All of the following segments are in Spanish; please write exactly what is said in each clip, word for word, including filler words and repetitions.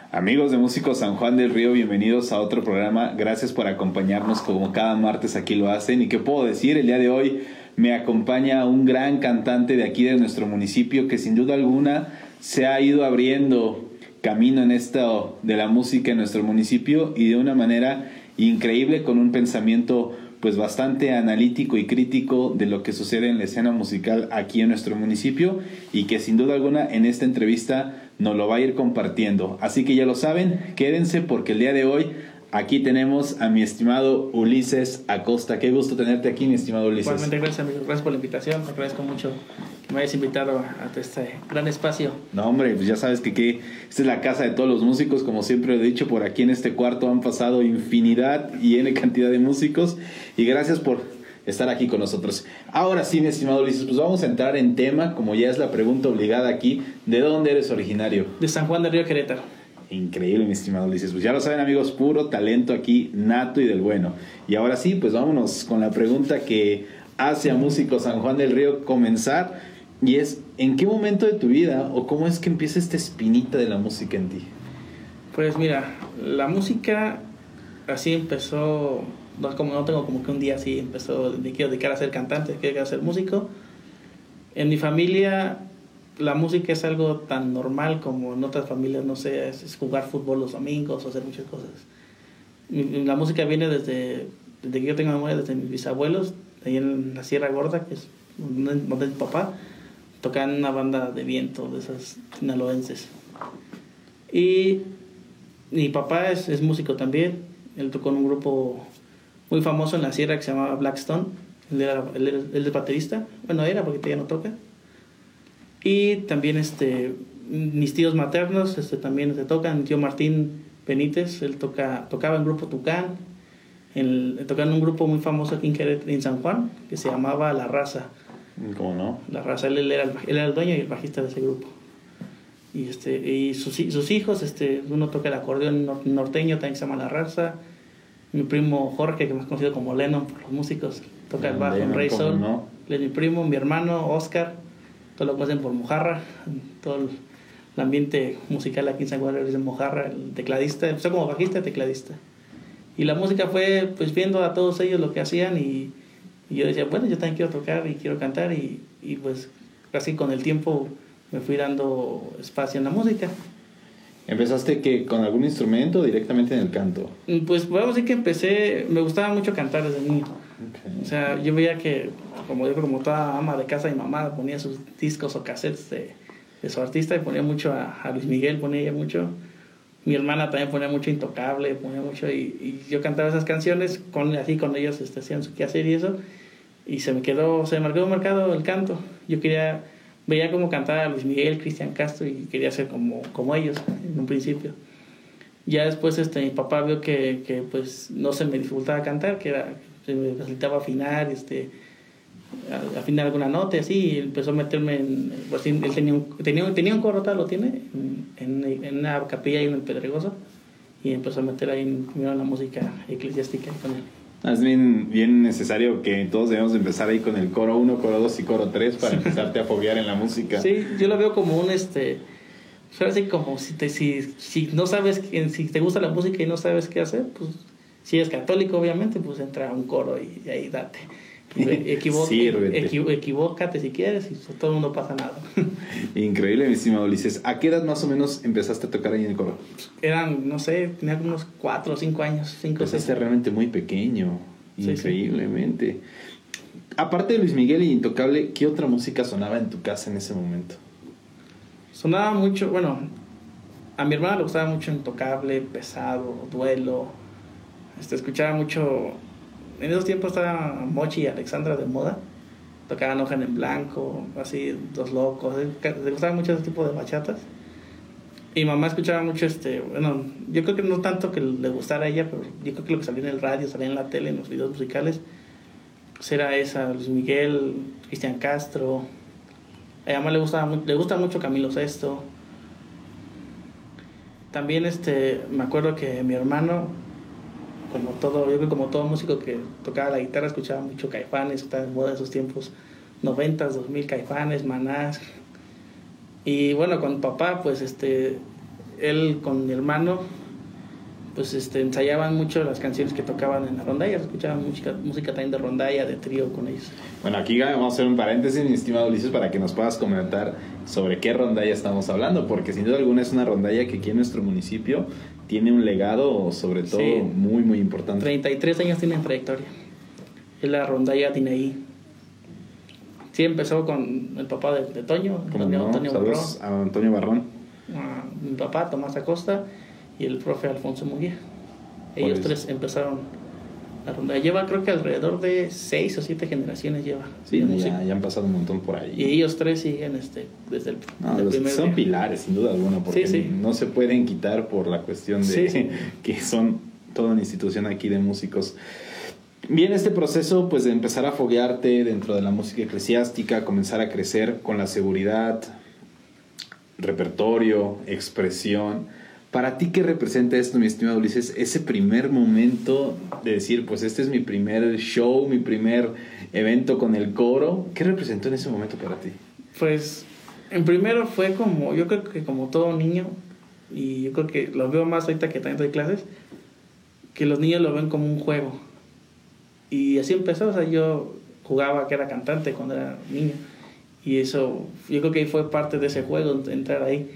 Amigos de Músicos San Juan del Río, bienvenidos a otro programa. Gracias por acompañarnos como cada martes aquí lo hacen. ¿Y qué puedo decir? El día de hoy me acompaña un gran cantante de aquí de nuestro municipio que sin duda alguna se ha ido abriendo camino en esto de la música en nuestro municipio y de una manera increíble, con un pensamiento pues bastante analítico y crítico de lo que sucede en la escena musical aquí en nuestro municipio, y que sin duda alguna en esta entrevista nos lo va a ir compartiendo. Así que ya lo saben, quédense porque el día de hoy aquí tenemos a mi estimado Ulises Acosta. Qué gusto tenerte aquí, mi estimado Ulises. Igualmente, gracias, amigo. Gracias por la invitación. Te agradezco mucho que me hayas invitado a este gran espacio. No, hombre, pues ya sabes que, que esta es la casa de todos los músicos. Como siempre he dicho, por aquí en este cuarto han pasado infinidad y N cantidad de músicos. Y gracias por estar aquí con nosotros. Ahora sí, mi estimado Ulises, pues vamos a entrar en tema, como ya es la pregunta obligada aquí. ¿De dónde eres originario? De San Juan del Río, Querétaro. Increíble, mi estimado Ulises. Pues ya lo saben, amigos, puro talento aquí, nato y del bueno. Y ahora sí, pues vámonos con la pregunta que hace a Músicos San Juan del Río comenzar. Y es, ¿en qué momento de tu vida o cómo es que empieza esta espinita de la música en ti? Pues mira, la música así empezó, no, como, no tengo como que un día así empezó, me quiero dedicar a ser cantante, quiero ser músico. En mi familia la música es algo tan normal como en otras familias, no sé, es, es jugar fútbol los domingos o hacer muchas cosas. La música viene desde, desde que yo tengo memoria, desde mis bisabuelos, ahí en la Sierra Gorda, que es donde mi papá tocaban en una banda de viento de esas sinaloenses. Y mi papá es, es músico también. Él tocó en un grupo muy famoso en la sierra que se llamaba Blackstone. Él era, él era, él es baterista. Bueno, era porque ya no toca. Y también este, mis tíos maternos este, también se tocan. Mi tío Martín Benítez, él toca, tocaba en grupo Tucán. En, tocaba en un grupo muy famoso aquí en, Queret, en San Juan, que se llamaba La Raza. ¿Cómo no? La Raza, él, él, era, el, él era el dueño y el bajista de ese grupo. Y, este, y sus, sus hijos, este, uno toca el acordeón norteño, también se llama La Raza. Mi primo Jorge, que es más conocido como Lennon por los músicos, toca el bajo en Rey Sol. No? Él es mi primo, mi hermano Oscar, todos lo conocen por Mojarra. Todo el, el ambiente musical aquí en San Juan es de Mojarra, el tecladista. Empezó como bajista y tecladista. Y la música fue pues viendo a todos ellos lo que hacían y, y yo decía, bueno, yo también quiero tocar y quiero cantar y, y pues casi con el tiempo me fui dando espacio en la música. ¿Empezaste que con algún instrumento o directamente en el canto? Pues podemos decir que empecé, me gustaba mucho cantar desde niño. Okay. O sea, yo veía que, como yo como toda ama de casa, mi mamá ponía sus discos o cassettes de, de su artista y ponía mucho a, a Luis Miguel, ponía ella mucho. Mi hermana también ponía mucho Intocable, ponía mucho y, y yo cantaba esas canciones con, así con ellos este, hacían su quehacer y eso, y se me quedó, se me quedó marcado el canto. Yo quería, veía cómo cantaba Luis Miguel, Cristian Castro y quería ser como, como ellos en un principio. Ya después este, mi papá vio que, que pues no se me dificultaba cantar, que era, se me facilitaba afinar, este, afinar alguna nota y así, y empezó a meterme en, pues, él tenía un, tenía, tenía un coro, tal, lo tiene, en, en, en una capilla ahí en el Pedregoso, y empezó a meter ahí primero en la música eclesiástica con él. Es bien, bien necesario que todos debemos empezar ahí con el coro uno, coro dos y coro tres para empezarte a foguear en la música. Sí, yo lo veo como un, este, así como si, te, si, si no sabes, si te gusta la música y no sabes qué hacer, pues si eres católico obviamente, pues entra a un coro y, y ahí date. Equivo- equivo- equivócate si quieres y todo el mundo pasa nada. Increíble, mi estimado Ulises. ¿A qué edad más o menos empezaste a tocar ahí en el coro? Eran, no sé, tenía unos cuatro o cinco años. Cinco, Empezaste realmente muy pequeño. Sí, increíblemente. Sí. Aparte de Luis Miguel y Intocable, ¿qué otra música sonaba en tu casa en ese momento? Sonaba mucho, bueno, a mi hermana le gustaba mucho Intocable, Pesado, Duelo. Este, escuchaba mucho. En esos tiempos estaba Mochi y Alexandra de moda. Tocaban Hoja en Blanco, así, Dos Locos. Le gustaban mucho ese tipo de bachatas. Y mamá escuchaba mucho, este, bueno, yo creo que no tanto que le gustara a ella, pero yo creo que lo que salía en el radio, salía en la tele, en los videos musicales, pues era esa, Luis Miguel, Cristian Castro. A ella le gustaba, le gusta mucho Camilo Sesto. También, este, me acuerdo que mi hermano, como todo, yo creo como todo músico que tocaba la guitarra, escuchaba mucho Caifanes, estaba de moda en esos tiempos, noventas, dos mil, Caifanes, Maná. Y bueno, con papá, pues este, él con mi hermano, pues este, ensayaban mucho las canciones que tocaban en la rondalla, escuchaban música, música también de rondalla, de trío con ellos. Bueno, aquí vamos a hacer un paréntesis, mi estimado Ulises, para que nos puedas comentar sobre qué rondalla estamos hablando, porque sin duda alguna es una rondalla que aquí en nuestro municipio tiene un legado, sobre todo, sí, muy, muy importante. treinta y tres años tiene en trayectoria. Es la rondalla Tinaí. Sí, empezó con el papá de, de Toño, Antonio, no? Antonio Barrón. A Antonio Barrón. A mi papá, Tomás Acosta, y el profe Alfonso Muguía. Ellos pues, tres empezaron la rondalla. Lleva, creo que alrededor de seis o siete generaciones lleva. Sí, ya, ya han pasado un montón por ahí. Y ellos tres siguen este, desde el, no, desde el primer Son día. Pilares, sin duda alguna, porque sí, sí. no se pueden quitar por la cuestión de sí, sí. que son toda una institución aquí de músicos. Bien, este proceso pues de empezar a foguearte dentro de la música eclesiástica, comenzar a crecer con la seguridad, repertorio, expresión. ¿Para ti qué representa esto, mi estimado Ulises? Ese primer momento de decir, pues este es mi primer show, mi primer evento con el coro. ¿Qué representó en ese momento para ti? Pues en primero fue como, yo creo que como todo niño, y yo creo que lo veo más ahorita que también doy clases, que los niños lo ven como un juego. Y así empezó, o sea, yo jugaba que era cantante cuando era niño. Y eso, yo creo que fue parte de ese juego, entrar ahí.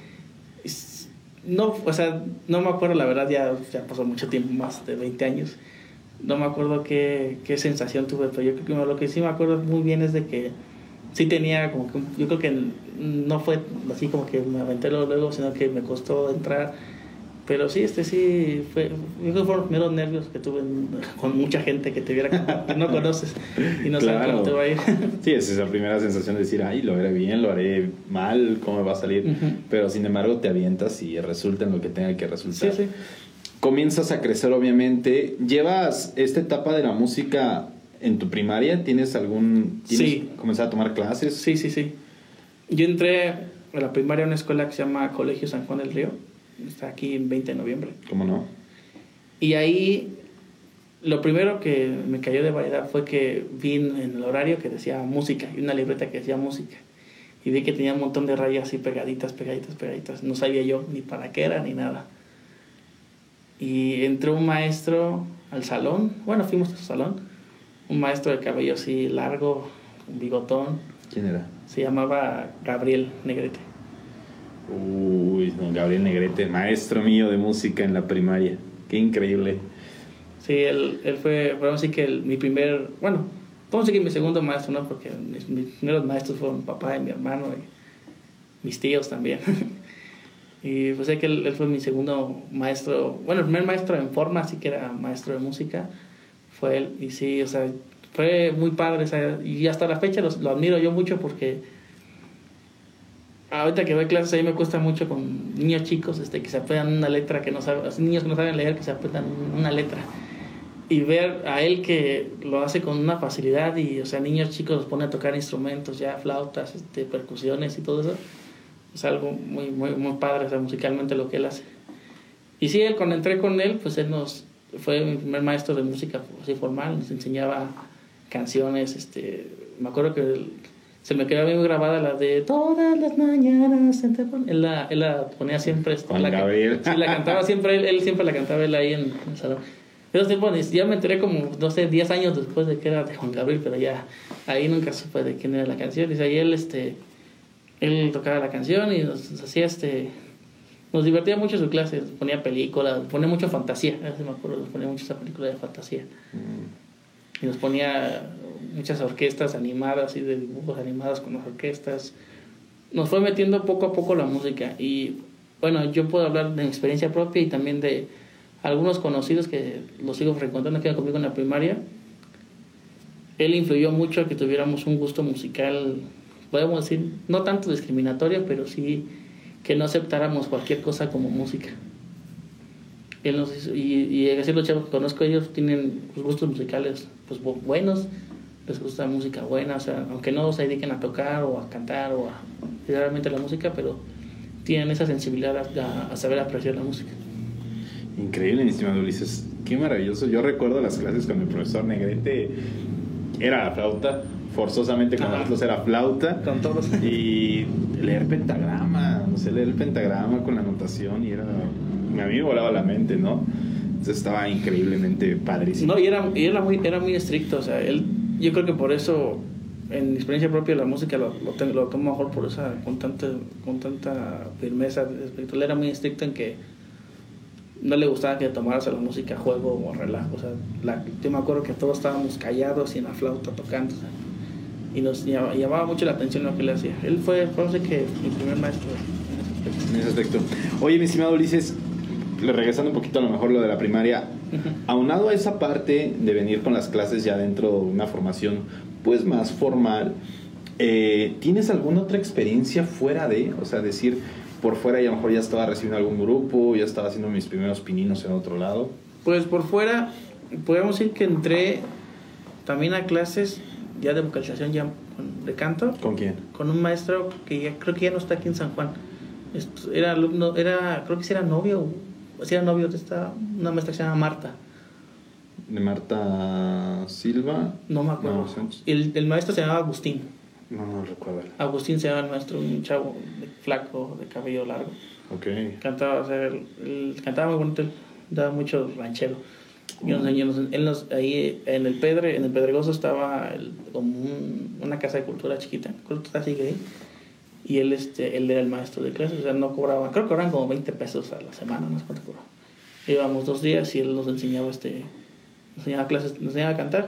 No, o sea, no me acuerdo, la verdad, ya, ya pasó mucho tiempo, más de veinte años. No me acuerdo qué, qué sensación tuve, pero yo creo que lo que sí me acuerdo muy bien es de que sí tenía como que, yo creo que no fue así como que me aventé luego, luego, sino que me costó entrar. Pero sí, este sí, fue, yo creo que fueron los primeros nervios que tuve con mucha gente que te viera que no conoces y no claro. sabes cómo te va a ir. Sí, esa es la primera sensación de decir, ay, lo haré bien, lo haré mal, cómo me va a salir. Uh-huh. Pero sin embargo te avientas y resulta en lo que tenga que resultar. Sí, sí. Comienzas a crecer, obviamente. ¿Llevas esta etapa de la música en tu primaria? ¿Tienes algún... ¿Tienes sí. comenzado a tomar clases? Sí, sí, sí. Yo entré a la primaria a una escuela que se llama Colegio San Juan del Río. Está aquí en veinte de noviembre. ¿Cómo no? Y ahí lo primero que me cayó de variedad fue que vi en el horario que decía música y una libreta que decía música. Y vi que tenía un montón de rayas así pegaditas, pegaditas, pegaditas. No sabía yo ni para qué era ni nada. Y entró un maestro al salón. Bueno, fuimos a su salón. Un maestro de cabello así largo, un bigotón. ¿Quién era? Se llamaba Gabriel Negrete. Uy, don Gabriel Negrete, maestro mío de música en la primaria. Qué increíble. Sí, él, él fue, podemos decir que el, mi primer, bueno, podemos decir que mi segundo maestro, ¿no? Porque mis, mis primeros maestros fueron mi papá y mi hermano y mis tíos también. Y pues sé que él, él fue mi segundo maestro, bueno, el primer maestro en forma, así que era maestro de música, fue él. Y sí, o sea, fue muy padre, o sea, y hasta la fecha lo, lo admiro yo mucho porque ahorita que doy clases ahí me cuesta mucho con niños chicos este, que se aprendan una letra que no saben, niños que no saben leer, que se aprendan una letra. Y ver a él que lo hace con una facilidad y, o sea, niños chicos los pone a tocar instrumentos, ya flautas, este, percusiones y todo eso. Es algo muy, muy, muy padre, o sea, musicalmente lo que él hace. Y sí, él, cuando entré con él, pues él nos fue mi primer maestro de música así formal, nos enseñaba canciones, este, me acuerdo que él, se me quedó bien grabada la de todas las mañanas. Él la, él la ponía siempre. Juan la, Gabriel. Sí, la cantaba siempre, él, él siempre la cantaba él ahí en, en el salón. Pero después, ya me enteré como, no sé, diez años después de que era de Juan Gabriel, pero ya ahí nunca supe de quién era la canción. Y ahí él, este, él tocaba la canción y nos, nos hacía, este, nos divertía mucho su clase. Ponía películas, ponía mucho fantasía. A veces me acuerdo, nos ponía mucho esa película de fantasía. Mm. Y nos ponía muchas orquestas animadas y de dibujos animados con las orquestas. Nos fue metiendo poco a poco la música y bueno, yo puedo hablar de mi experiencia propia y también de algunos conocidos que los sigo frecuentando, que quedan conmigo en la primaria. Él influyó mucho a que tuviéramos un gusto musical, podemos decir, no tanto discriminatorio, pero sí que no aceptáramos cualquier cosa como música. Él nos hizo, y, y así los chavos que conozco, ellos tienen gustos musicales pues buenos, les gusta música buena, o sea, aunque no se dediquen a tocar o a cantar o a realmente la música, pero tienen esa sensibilidad a, a saber apreciar la música. Increíble, mi estimado Ulises, qué maravilloso. Yo recuerdo las clases con el profesor Negrete, era la flauta, forzosamente con nosotros era flauta, con todos, y leer pentagrama, comencé a leer el pentagrama con la notación y era... A mí me volaba la mente, ¿no? Entonces estaba increíblemente padrísimo. No, y era, y era, muy, era muy estricto, o sea, él, yo creo que por eso, en mi experiencia propia, la música lo, lo, tengo, lo tomo mejor por esa, con tanta, con tanta firmeza espiritual. Era muy estricto en que no le gustaba que tomaras la música a juego o a relajo, o sea, la, yo me acuerdo que todos estábamos callados y en la flauta tocando, o sea, y nos llamaba, llamaba mucho la atención lo que le hacía. Él fue, fue no sé qué, mi primer maestro en ese aspecto. En ese aspecto. Oye, mi estimado Ulises, regresando un poquito a lo mejor lo de la primaria, uh-huh. aunado a esa parte de venir con las clases ya dentro de una formación pues más formal, eh, ¿tienes alguna otra experiencia fuera de, o sea, decir, por fuera y a lo mejor ya estaba recibiendo algún grupo, ya estaba haciendo mis primeros pininos en otro lado? Pues por fuera, podemos decir que entré también a clases ya de vocalización, ya de canto. ¿Con quién? Con un maestro que ya, creo que ya no está aquí en San Juan. Era alumno, era, creo que sí era novio, sí era novio de esta, una maestra que se llama Marta. ¿De Marta Silva? No me acuerdo. No, el, el maestro se llamaba Agustín. No, no recuerdo. Agustín se llama el maestro, un chavo de, flaco, de cabello largo. Ok. Cantaba, o sea, él, él cantaba muy bonito, daba mucho ranchero. Y nos enseñó, él nos, ahí en el Pedre, en el Pedregoso estaba el, como un, una casa de cultura chiquita, cultura sigue ahí. Y él, este, él era el maestro de clases, o sea, no cobraba, creo que cobraban como veinte pesos a la semana, no sé cuánto cobraba. Íbamos dos días y él nos enseñaba, este, nos enseñaba clases, nos enseñaba a cantar.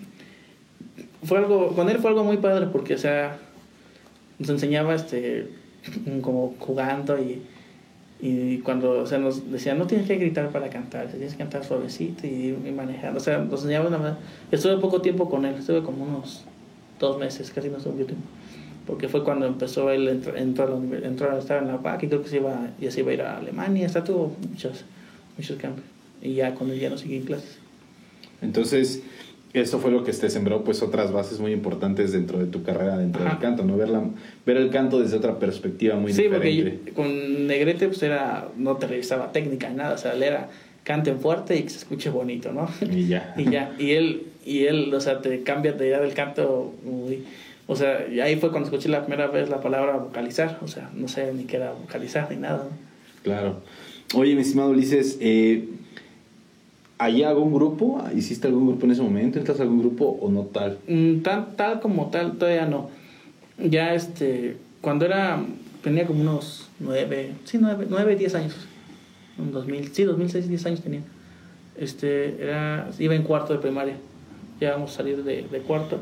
Fue algo, con él fue algo muy padre porque, o sea, nos enseñaba, este, como jugando y, y cuando, o sea, nos decía, no tienes que gritar para cantar, tienes que cantar suavecito y, y manejando, o sea, nos enseñaba una manera. Estuve poco tiempo con él, estuve como unos dos meses, casi no estuve mucho tiempo. Porque fue cuando empezó él, entró, entró, a la, entró estaba en la U A C y creo que se iba, ya se iba a ir a Alemania, hasta tuvo muchos, muchos cambios. Y ya con él ya no seguí en clases. Entonces, esto fue lo que te sembró pues otras bases muy importantes dentro de tu carrera, dentro Ajá. del canto, ¿no? Ver, la, ver el canto desde otra perspectiva muy sí, diferente. Sí, porque yo, con Negrete pues era, no te revisaba técnica ni nada, o sea, él era canten fuerte y que se escuche bonito, ¿no? Y ya. y ya, y él, y él, o sea, te cambia de idea del canto muy... O sea, y ahí fue cuando escuché la primera vez la palabra vocalizar. O sea, no sé ni qué era vocalizar ni nada. Claro. Oye, mi estimado Ulises, eh, ¿hay algún grupo? ¿Hiciste algún grupo en ese momento? ¿Entras a algún grupo o no tal? Mm, tal, tal como tal, todavía no. Ya este, cuando era, tenía como unos nueve, sí, nueve, nueve, diez años. En dos mil, sí, dos mil seis, diez años tenía. Este, era, iba en cuarto de primaria. Ya vamos a salir de, de cuarto.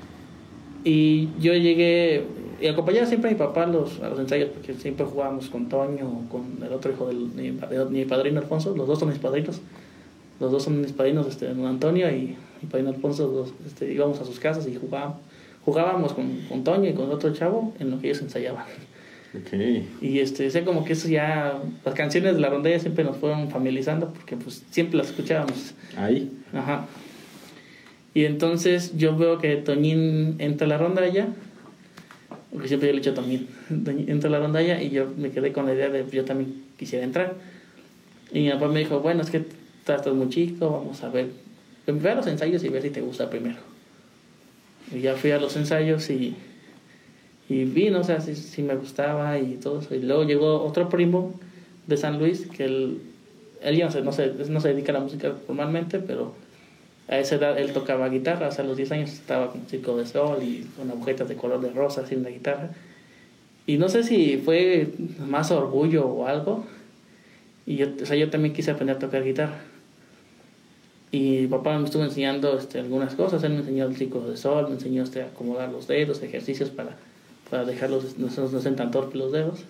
Y yo llegué y acompañaba siempre a mi papá a los, a los ensayos porque siempre jugábamos con Toño, con el otro hijo del, de, de, de mi padrino Alfonso. Los dos son mis padrinos. Los dos son mis padrinos, este, don Antonio y mi padrino Alfonso. Los, este, íbamos a sus casas y jugábamos, jugábamos con, con Toño y con el otro chavo en lo que ellos ensayaban. Okay. Y este, sé como que eso ya, las canciones de la rondalla siempre nos fueron familiarizando porque pues siempre las escuchábamos. Ahí. Ajá. Y entonces yo veo que Toñín entra a la rondalla, porque siempre yo le he dicho Toñín, entra a la rondalla y yo me quedé con la idea de que yo también quisiera entrar. Y mi papá me dijo, bueno, es que estás muy chico, vamos a ver, ve a los ensayos y ver si te gusta primero. Y ya fui a los ensayos y, y vi, no sé, si, si me gustaba y todo eso. Y luego llegó otro primo de San Luis, que él, él ya no se, no, se, no se dedica a la música formalmente, pero... A esa edad él tocaba guitarra, o sea, a los diez años estaba con Circo de Sol y con agujetas de color de rosa haciendo la guitarra. Y no sé si fue más orgullo o algo. Y yo, o sea, yo también quise aprender a tocar guitarra. Y mi papá me estuvo enseñando este, algunas cosas. Él me enseñó el Circo de Sol, me enseñó este, a acomodar los dedos, ejercicios para, para dejarlos, no, no sean tan torpes los dedos.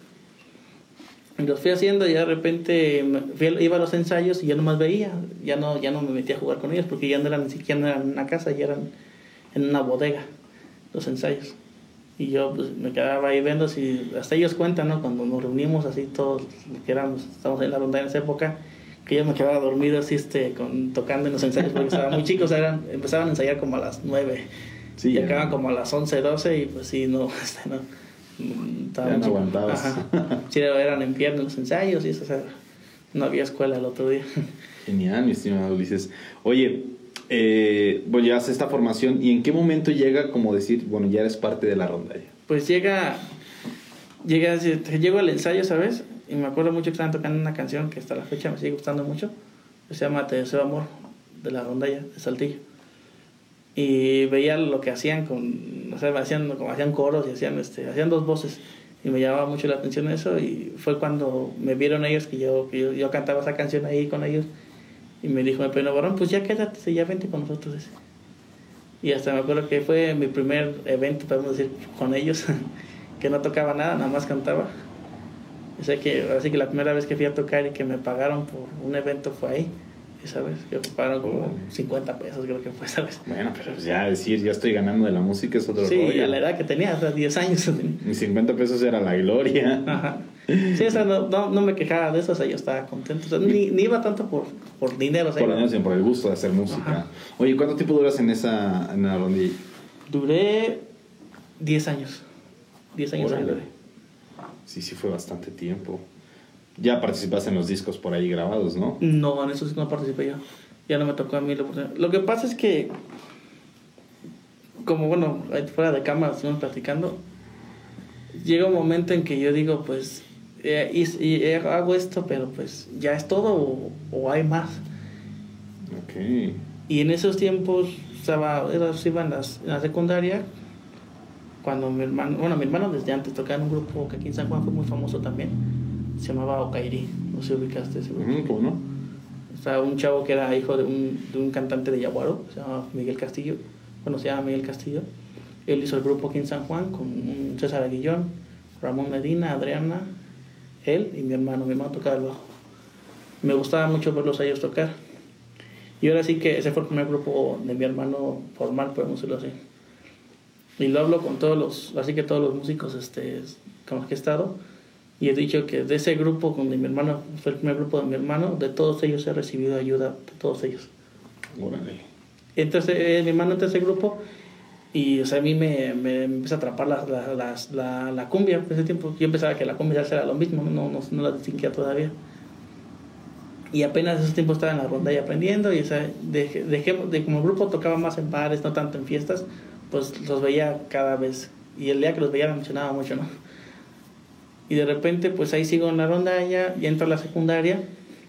Y los fui haciendo y de repente fui, iba a los ensayos y ya nomás veía, ya no, ya no me metía a jugar con ellos porque ya no eran ni siquiera no eran en una casa, ya eran en una bodega los ensayos. Y yo pues me quedaba ahí viendo, si hasta ellos cuentan, ¿no? Cuando nos reunimos así todos, que éramos, estábamos en la ronda en esa época, que yo me quedaba dormido así este, con, tocando en los ensayos porque estaba muy chicos, o sea, eran, empezaban a ensayar como a las nueve sí, y acababan como a las once, doce y pues sí, no, este, no. Ya no aguantabas. Ajá. Sí, eran en pierna los ensayos y eso, o sea, no había escuela el otro día. Genial, mi estimado Ulises. Oye, eh, bueno, ya haces esta formación y ¿en qué momento llega como decir, bueno, ya eres parte de la rondalla? Pues llega, Llegué a decir, llego al ensayo, ¿sabes? Y me acuerdo mucho que estaban tocando una canción que hasta la fecha me sigue gustando mucho, que se llama Te deseo amor, de la rondalla de Saltillo. Y veía lo que hacían con, o sea, hacían, como hacían coros y hacían, este, hacían dos voces. Y me llamaba mucho la atención eso, y fue cuando me vieron ellos que yo, que yo, yo cantaba esa canción ahí con ellos. Y me dijo, Pedro Barrón, pues ya quédate, ya vente con nosotros. Ese. Y hasta me acuerdo que fue mi primer evento, podemos decir, con ellos, que no tocaba nada, nada más cantaba. O sea que, así que la primera vez que fui a tocar y que me pagaron por un evento fue ahí, esa vez, que me pagaron como cincuenta pesos, creo que fue esa vez. Bueno, pero ya decir, ya estoy ganando de la música es otro sí, rollo. Sí, a la edad que tenía, o sea, diez años. Y cincuenta pesos era la gloria. Ajá. Sí, o sea, no, no, no me quejaba de eso, o sea, yo estaba contento. O sea, ni, ni iba tanto por, por dinero. O sea, por dinero, sino por el gusto de hacer música. Ajá. Oye, ¿cuánto tiempo duras en esa en la rondilla? Duré diez años. diez años ahí duré. Sí, sí fue bastante tiempo. Ya participaste en los discos por ahí grabados, ¿no? No, en esos no participé yo. Ya no me tocó a mí la oportunidad. Lo que pasa es que, como bueno, fuera de cámara estuvimos platicando, llega un momento en que yo digo, pues, eh, y, y, eh, hago esto, pero pues, ¿ya es todo o, o hay más? Ok. Y en esos tiempos, estaba, era, iba en, las, en la secundaria, cuando mi hermano, bueno, mi hermano desde antes tocaba en un grupo que aquí en San Juan fue muy famoso también, se llamaba Ocairi, no sé si ubicaste ese grupo. Uh-huh, ¿cómo no? Estaba un chavo que era hijo de un, de un cantante de Yaguaro, se llama Miguel Castillo, bueno, se llama Miguel Castillo. Él hizo el grupo aquí en San Juan con un César Aguillón, Ramón Medina, Adriana, él y mi hermano. Mi hermano tocaba el bajo. Me gustaba mucho verlos a ellos tocar. Y ahora sí que ese fue el primer grupo de mi hermano formal, podemos decirlo así. Y lo hablo con todos los, así que todos los músicos este, con los que he estado. Y he dicho que de ese grupo, con mi hermano, fue el primer grupo de mi hermano, de todos ellos he recibido ayuda, de todos ellos. Órale. Entonces, eh, mi hermano entra a ese grupo. Y o sea, a mí me, me, me empieza a atrapar la, la, la, la, la cumbia. En ese tiempo yo pensaba que la cumbia era lo mismo, no, no, no la distinguía todavía. Y apenas en ese tiempo estaba en la ronda y aprendiendo. Y o sea, dejé, dejé, de, como el grupo tocaba más en bares, no tanto en fiestas, pues los veía cada vez. Y el día que los veía me emocionaba mucho, ¿no? Y de repente, pues ahí sigo en la ronda ya, y entro a la secundaria.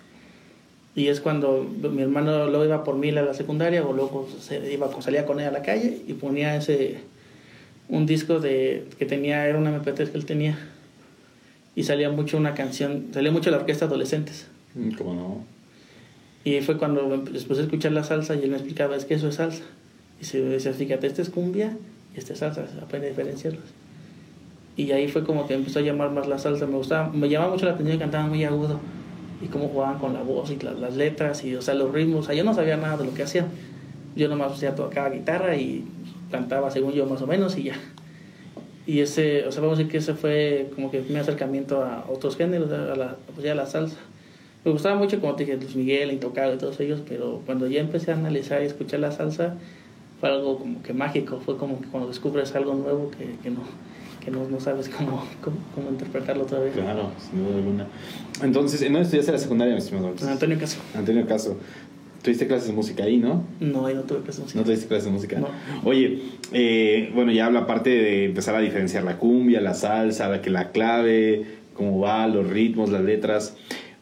Y es cuando mi hermano luego iba por mí a la secundaria, o luego se iba, salía con él a la calle y ponía ese un disco de que tenía, era una eme pe tres que él tenía, y salía mucho una canción, salía mucho la orquesta Adolescentes. ¿Cómo no? Y fue cuando después de escuchar la salsa y él me explicaba, es que eso es salsa. Y se decía, fíjate, este es cumbia y este es salsa, aprende a diferenciarlos. Y ahí fue como que empezó a llamar más la salsa, me gustaba, me llamaba mucho la atención, cantaban muy agudo. Y cómo jugaban con la voz y las, las letras y o sea los ritmos, o sea yo no sabía nada de lo que hacían, yo nomás o sea, tocaba guitarra y cantaba según yo más o menos y ya. Y ese, o sea vamos a decir que ese fue como que mi acercamiento a otros géneros, a la, pues ya a la salsa. Me gustaba mucho, como te dije, Luis Miguel, Intocable y todos ellos, pero cuando ya empecé a analizar y escuchar la salsa fue algo como que mágico, fue como que cuando descubres algo nuevo que, que no que no, no sabes cómo, cómo, cómo interpretarlo todavía. Claro, sin duda alguna. Entonces, ¿en dónde estudiaste la secundaria, mi estimado? Antonio Caso. Antonio Caso. ¿Tuviste clases de música ahí, no? No, ahí no tuve clases de música. ¿No tuviste clases de música? No. Oye, eh, bueno, ya habla aparte de empezar a diferenciar la cumbia, la salsa, la que la clave, cómo va, los ritmos, las letras.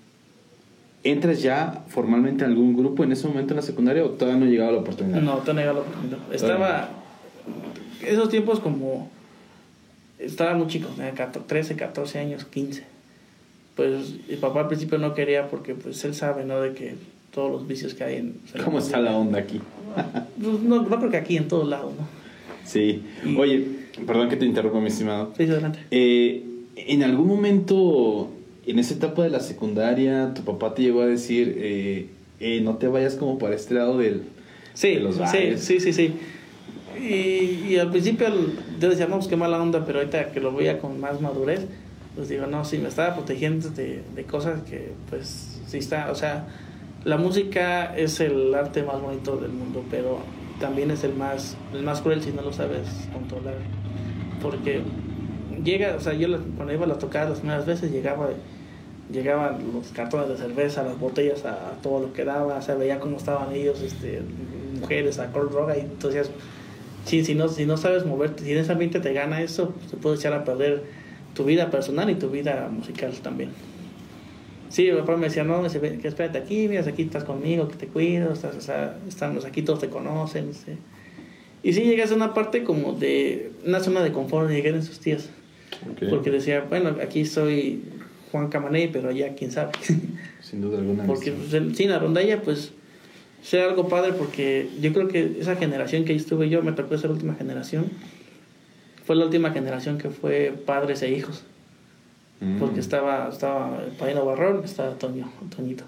¿Entras ya formalmente en algún grupo en ese momento en la secundaria o todavía no ha llegado la oportunidad? No, todavía no ha llegado la oportunidad. Estaba... Esos tiempos como... Estaba muy chico, trece, catorce años, quince. Pues mi papá al principio no quería porque pues él sabe, ¿no? De que todos los vicios que hay en... ¿Cómo está la onda aquí? Pues, no, no creo que aquí en todos lados, ¿no? Sí. Y, oye, perdón que te interrumpa, mi estimado. Sí, adelante. Eh, en algún momento, en esa etapa de la secundaria, tu papá te llegó a decir, eh, eh, no te vayas como para este lado del, sí, de los bares. Sí, sí, sí, sí. Y, y al principio yo decía, no, pues qué mala onda, pero ahorita que lo veía con más madurez, pues digo, no, sí, me estaba protegiendo de, de cosas que, pues, sí está, o sea, la música es el arte más bonito del mundo, pero también es el más, el más cruel si no lo sabes controlar, porque llega, o sea, yo cuando iba a las tocadas las primeras veces, llegaba, llegaban los cartones de cerveza, las botellas, a, a todo lo que daba, o sea, veía cómo estaban ellos, este, mujeres, alcohol, droga, y entonces... Sí, si no, si no sabes moverte, si en ese ambiente te gana eso, se puede echar a perder tu vida personal y tu vida musical también. Sí, mi papá me decía, no, me dice, que espérate aquí, mira, aquí estás conmigo, que te cuido, estás, o sea, estamos aquí, todos te conocen. ¿Sí? Y sí, llegas a una parte como de una zona de confort, llegué en esos días. Okay. Porque decía, bueno, aquí soy Juan Camaney, pero allá quién sabe. Sin duda alguna. Porque pues, sí, en la rondalla, pues, sea algo padre, porque yo creo que esa generación que estuve yo, me tocó esa última generación, fue la última generación que fue padres e hijos. Mm. Porque estaba, estaba el padrino Barrón, estaba Toño, Toñito.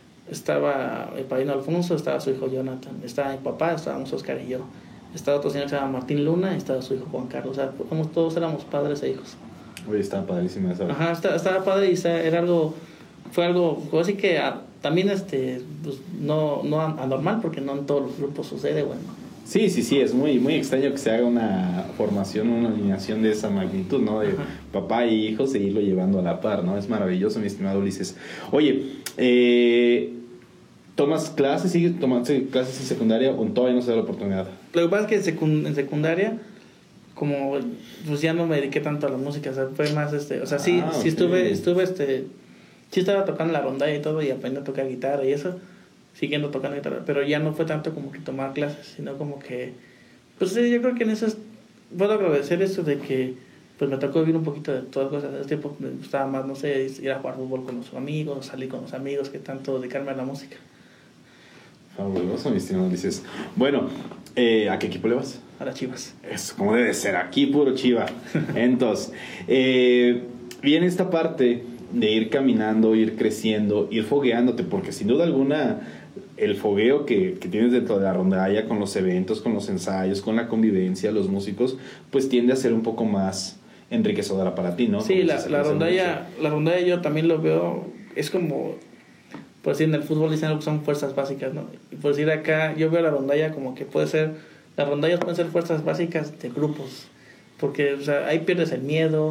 Estaba el padrino Alfonso, estaba su hijo Jonathan. Estaba mi papá, estábamos Oscar y yo. Estaba otro señor que se llama Martín Luna, y estaba su hijo Juan Carlos. O sea, como todos éramos padres e hijos. Oye, estaba padrísima esa. Ajá, estaba, estaba padre y estaba, era algo, fue algo, así que a, también este, pues, no, no anormal, porque no en todos los grupos sucede, bueno. Sí, sí, sí, es muy, muy extraño que se haga una formación, una alineación de esa magnitud, ¿no? De Ajá. papá y hijo, seguirlo llevando a la par, ¿no? Es maravilloso, mi estimado Ulises. Oye, eh, ¿tomas clases, sigues tomando clases en secundaria o todavía no se da la oportunidad? Lo que pasa es que en, secund- en secundaria, como pues ya no me dediqué tanto a la música, o sea, fue más, este, o sea, sí, ah, sí okay. estuve, estuve, este, sí estaba tocando la rondalla y todo, y aprendí a tocar guitarra y eso, siguiendo tocando guitarra, pero ya no fue tanto como que tomar clases, sino como que, pues sí, yo creo que en eso es, puedo agradecer eso de que, pues me tocó vivir un poquito de todas cosas. En ese tiempo me gustaba más, no sé, ir a jugar fútbol con los amigos, salir con los amigos, que tanto dedicarme a la música. Fabuloso, mi estimado Ulises. Bueno, eh, ¿a qué equipo le vas? A las Chivas. Eso, como debe ser, aquí puro Chiva. Entonces, eh, viene esta parte de ir caminando, ir creciendo, ir fogueándote, porque sin duda alguna el fogueo que, que tienes dentro de la rondalla, con los eventos, con los ensayos, con la convivencia, los músicos, pues tiende a ser un poco más enriquecedora para ti, ¿no? Sí, la, la rondalla, la rondalla yo también lo veo, es como, por decir, en el fútbol dicen algo que son fuerzas básicas, ¿no? Y por decir acá, yo veo la rondalla como que puede ser, las rondallas pueden ser fuerzas básicas de grupos, porque, o sea, ahí pierdes el miedo,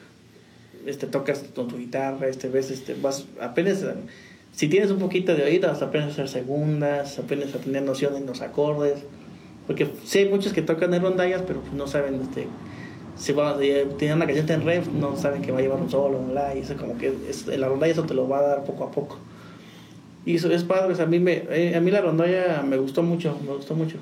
este, tocas con tu guitarra, este, ves, este, vas, apenas, si tienes un poquito de oído, hasta aprendes a hacer segundas, aprendes a tener noción en los acordes, porque sí hay muchos que tocan en rondallas, pero pues no saben, este, si va, si tienen una canción en ref, no saben que va a llevar un solo, un la, y eso como que es, en la rondalla eso te lo va a dar poco a poco. Y eso es padre, o sea, a mí, me, a mí la rondalla me gustó mucho, me gustó mucho.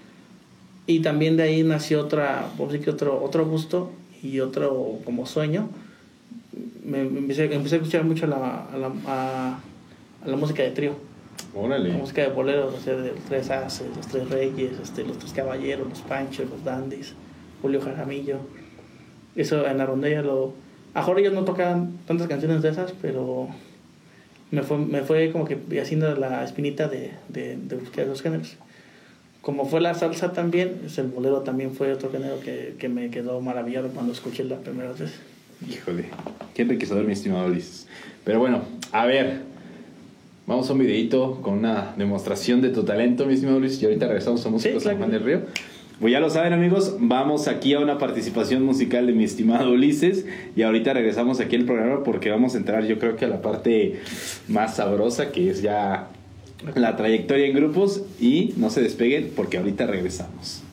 Y también de ahí nació otra, por decir que otro, otro gusto y otro como sueño. Me, me empecé, empecé a escuchar mucho a la, a la, a, a la música de trío. Órale. La música de boleros, o sea, de los Tres Haces, los Tres Reyes, este, los Tres Caballeros, los Panchos, los Dandys, Julio Jaramillo. Eso en la rondalla lo... A Jorge ellos no tocaban tantas canciones de esas, pero me fue, me fue como que haciendo la espinita de, de, de buscar esos géneros. Como fue la salsa también, el bolero también fue otro género que, que me quedó maravillado cuando escuché la primera vez. Híjole, qué enriquecedor, mi estimado Ulises. Pero bueno, a ver, vamos a un videito con una demostración de tu talento, mi estimado Ulises, y ahorita regresamos a Músicos sí, San Juan del Río. Pues ya lo saben, amigos, vamos aquí a una participación musical de mi estimado Ulises, y ahorita regresamos aquí al programa porque vamos a entrar, yo creo que a la parte más sabrosa, que es ya la trayectoria en grupos, y no se despeguen porque ahorita regresamos.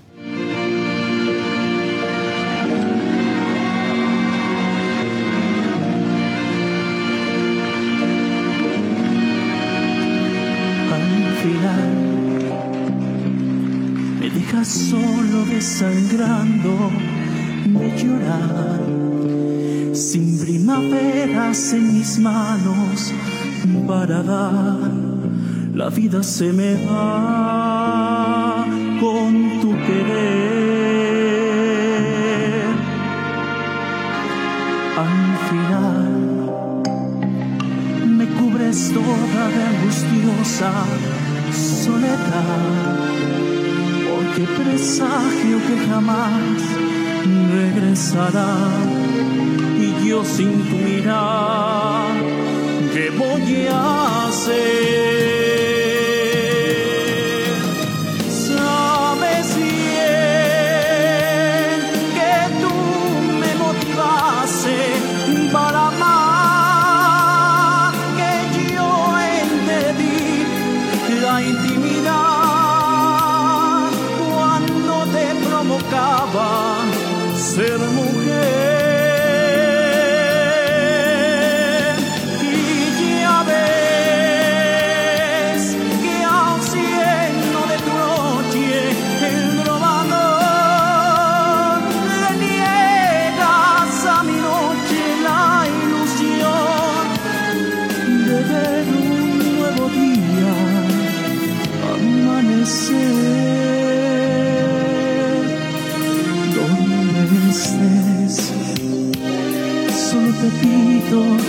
Al final me dejas solo desangrando de llorar, sin primaveras en mis manos para dar. La vida se me va con tu querer. Al final me cubres toda de angustiosa soledad, porque presagio que jamás regresará. Y yo sin tu mirar, ¿qué voy a hacer? Para amar, que yo entendí la intimidad cuando te provocaba ser mujer.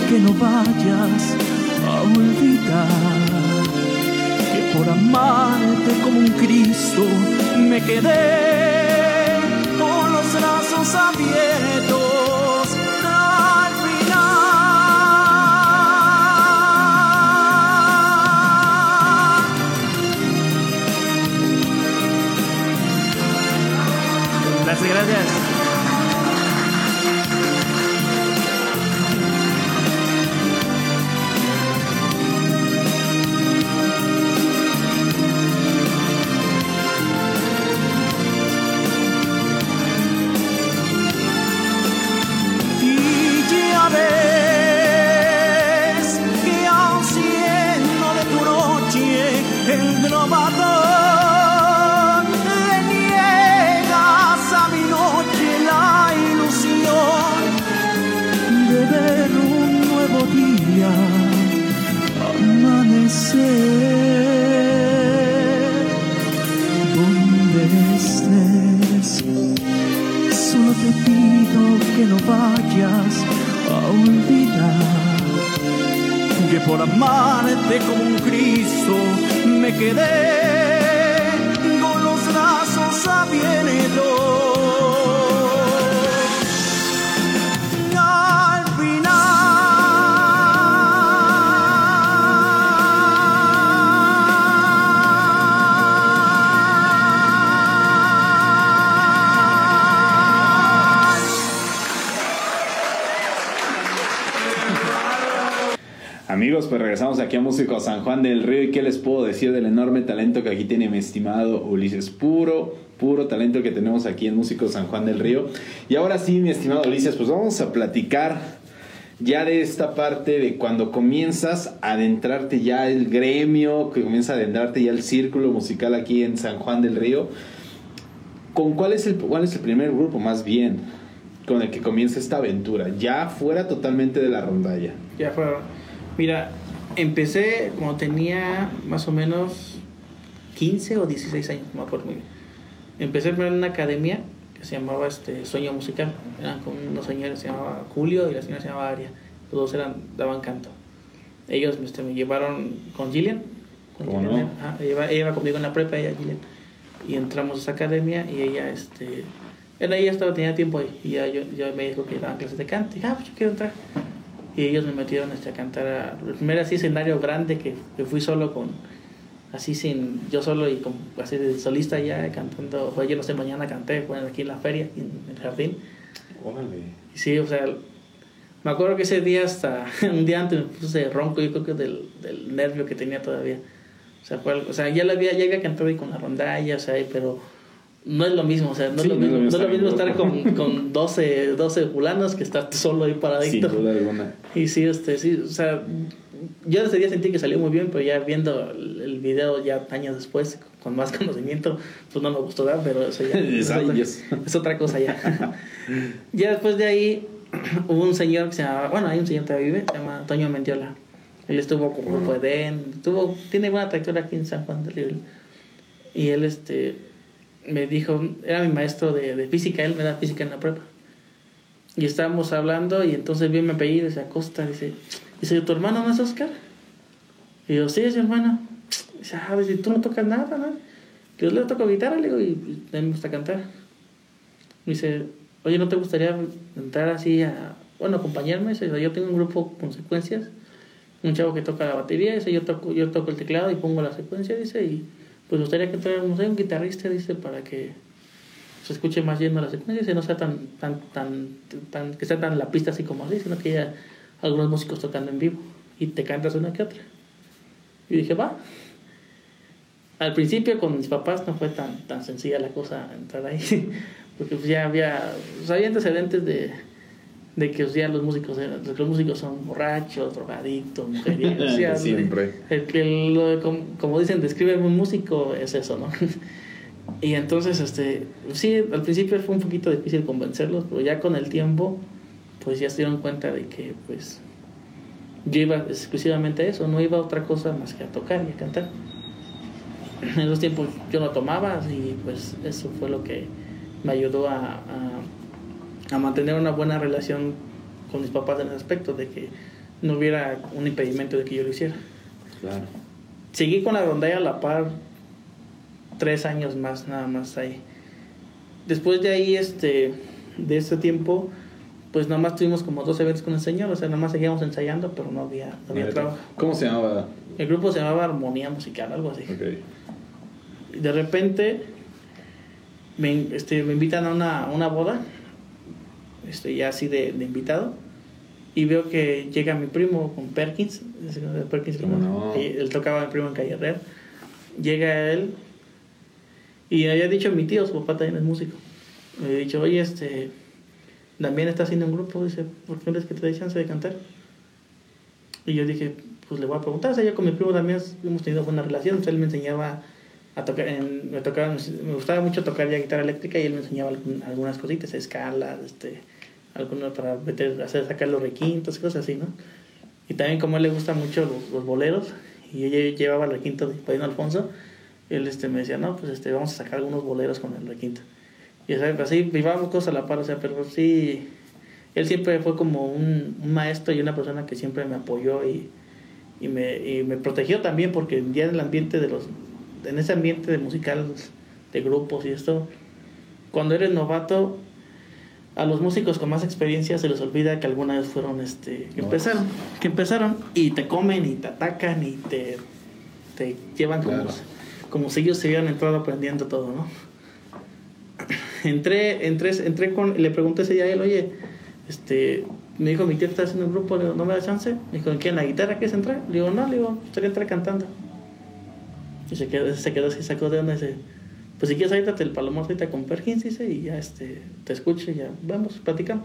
que no vayas a olvidar que por amarte como un Cristo me quedé con los brazos abiertos al final. Gracias, gracias. El trovador le niegas a mi noche la ilusión de ver un nuevo día amanecer. Donde estés, solo te pido que no vayas a olvidar que por amarte como un Cristo me quedé con los brazos abiertos al final. Amigos, pues regresamos aquí a Músicos San Juan del Río. ¿Y qué les puedo decir del enorme talento que aquí tiene mi estimado Ulises? Puro, puro talento que tenemos aquí en Músicos San Juan del Río. Y ahora sí, mi estimado Ulises, pues vamos a platicar ya de esta parte de cuando comienzas a adentrarte ya el gremio, que comienza a adentrarte ya el círculo musical aquí en San Juan del Río. ¿Con cuál es el, cuál es el primer grupo, más bien, con el que comienza esta aventura? Ya fuera totalmente de la rondalla. Ya fuera. Mira, empecé cuando tenía más o menos quince o dieciséis años, no me acuerdo muy bien. Empecé primero en una academia que se llamaba este, Sueño Musical. Eran con unos señores, se llamaba Julio y la señora se llamaba Aria. Los dos eran, daban canto. Ellos este, me llevaron con Gillian. Con ¿Cómo Gillian, no? Ajá, ella, ella iba conmigo en la prepa, ella Gillian. Y entramos a esa academia y ella, este, ella, ella estaba, tenía tiempo ahí. Y ya yo, yo me dijo que daban clases de canto. Y dije, ah, pues yo quiero entrar. Y ellos me metieron este, a cantar a, el primer así escenario grande que, que fui solo con, así sin, yo solo y con, así de solista ya cantando. Fue ayer no sé, mañana canté, fue aquí en la feria, aquí en el jardín. Órale. Y sí, o sea, me acuerdo que ese día hasta, un día antes me puse ronco, yo creo que del, del nervio que tenía todavía. O sea, fue, o sea ya, la había, ya había cantado ahí con la rondalla, o sea, pero no es lo mismo, o sea, no es Sí, lo mismo, no es lo mismo estar estar con, con doce, doce fulanos que estar solo ahí paradito. Sin duda alguna. Y sí, este, sí, o sea, yo ese día sentí que salió muy bien, pero ya viendo el, el video ya años después, con más conocimiento, pues no me gustó, ¿verdad? Pero eso ya es, otra, es otra cosa ya. Ya después de ahí hubo un señor que se llama, bueno, hay un señor que todavía vive, se llama Toño Mendiola. Él estuvo como grupo de Den, tuvo, tiene buena trayectoria aquí en San Juan del Río. Y él, este, me dijo, era mi maestro de, de física, él me da física en la prepa. Y estábamos hablando y entonces vi mi apellido y se acosta, dice, dice, ¿tu hermano no es Oscar? Y yo, sí, es mi hermano. Dice, ah, dice, tú no tocas nada, ¿no? Que yo le toco guitarra, le digo, y a mí me gusta cantar. Dice, oye, ¿no te gustaría entrar así a, bueno, acompañarme? Dice, yo tengo un grupo con secuencias, un chavo que toca la batería, dice, yo toco, yo toco el teclado y pongo la secuencia, dice, y pues me gustaría que entráramos, no sé, un guitarrista, dice, para que se escuche más lleno la secuencia, dice, no sea tan, tan, tan, tan, que sea tan la pista así como así, sino que haya algunos músicos tocando en vivo y te cantas una que otra. Y dije, va. Al principio con mis papás no fue tan, tan sencilla la cosa entrar ahí, porque pues ya había, pues había antecedentes de, de que pues, ya los músicos eran, los músicos son borrachos, drogadictos, mujeriegos. Ya, siempre. El, el, el, como, como dicen, describen un músico es eso, ¿no? Y entonces, este, sí, al principio fue un poquito difícil convencerlos, pero ya con el tiempo, pues ya se dieron cuenta de que, pues, yo iba exclusivamente a eso, no iba a otra cosa más que a tocar y a cantar. En esos tiempos yo no tomaba y pues eso fue lo que me ayudó a, a, a mantener una buena relación con mis papás en ese aspecto, de que no hubiera un impedimento de que yo lo hiciera. Claro. Seguí con la rondalla a la par tres años más, nada más ahí. Después de ahí, este, de ese tiempo, pues nada más tuvimos como dos eventos con el señor, o sea, nada más seguíamos ensayando, pero no había, no había trabajo. ¿Cómo se llamaba? El grupo se llamaba Armonía Musical, algo así. Okay. Y de repente me, este, me invitan a una, a una boda, este, ya así de, de invitado, y veo que llega mi primo con Perkins, Perkins ¿Cómo no? y él tocaba a mi primo en Calle Herrera. Llega él y había dicho a mi tío, su papá también es músico, me había dicho, oye, este, también está haciendo un grupo, dice, ¿por qué no es que te dé chance de cantar? Y yo dije, pues le voy a preguntar, o sea, yo con mi primo también hemos tenido buena relación, o sea, él me enseñaba a tocar, en, me, tocaba, me gustaba mucho tocar ya guitarra eléctrica y él me enseñaba algunas cositas, escalas, este, algunos para meter, hacer, sacar los requintos, cosas así, ¿no? Y también como a él le gustan mucho los, los boleros, y yo llevaba el requinto de Padrino Alfonso, él este, me decía, no, pues este, vamos a sacar algunos boleros con el requinto. Y o sea, así vivábamos cosas a la par, o sea, pero sí, él siempre fue como un, un maestro y una persona que siempre me apoyó y, y, me, y me protegió también, porque ya en el ambiente de los, en ese ambiente de musical, de grupos y esto, cuando eres novato, a los músicos con más experiencia se les olvida que alguna vez fueron, este, que empezaron, que empezaron y te comen y te atacan y te, te llevan como, claro. como si ellos se hubieran entrado aprendiendo todo, ¿no? Entré, entré, entré con, le pregunté ese día a él, oye, este, me dijo, mi tío está haciendo un grupo, le digo, ¿no me da chance? Me dijo, ¿qué, en la guitarra quieres entrar? Le digo, no, le digo, estaría entrar cantando. Y se quedó, se quedó así, sacó de onda y dice, pues si quieres ahorita el palomar ahorita con Perkins, dice, y ya este, te escucho y ya, vamos, platicamos.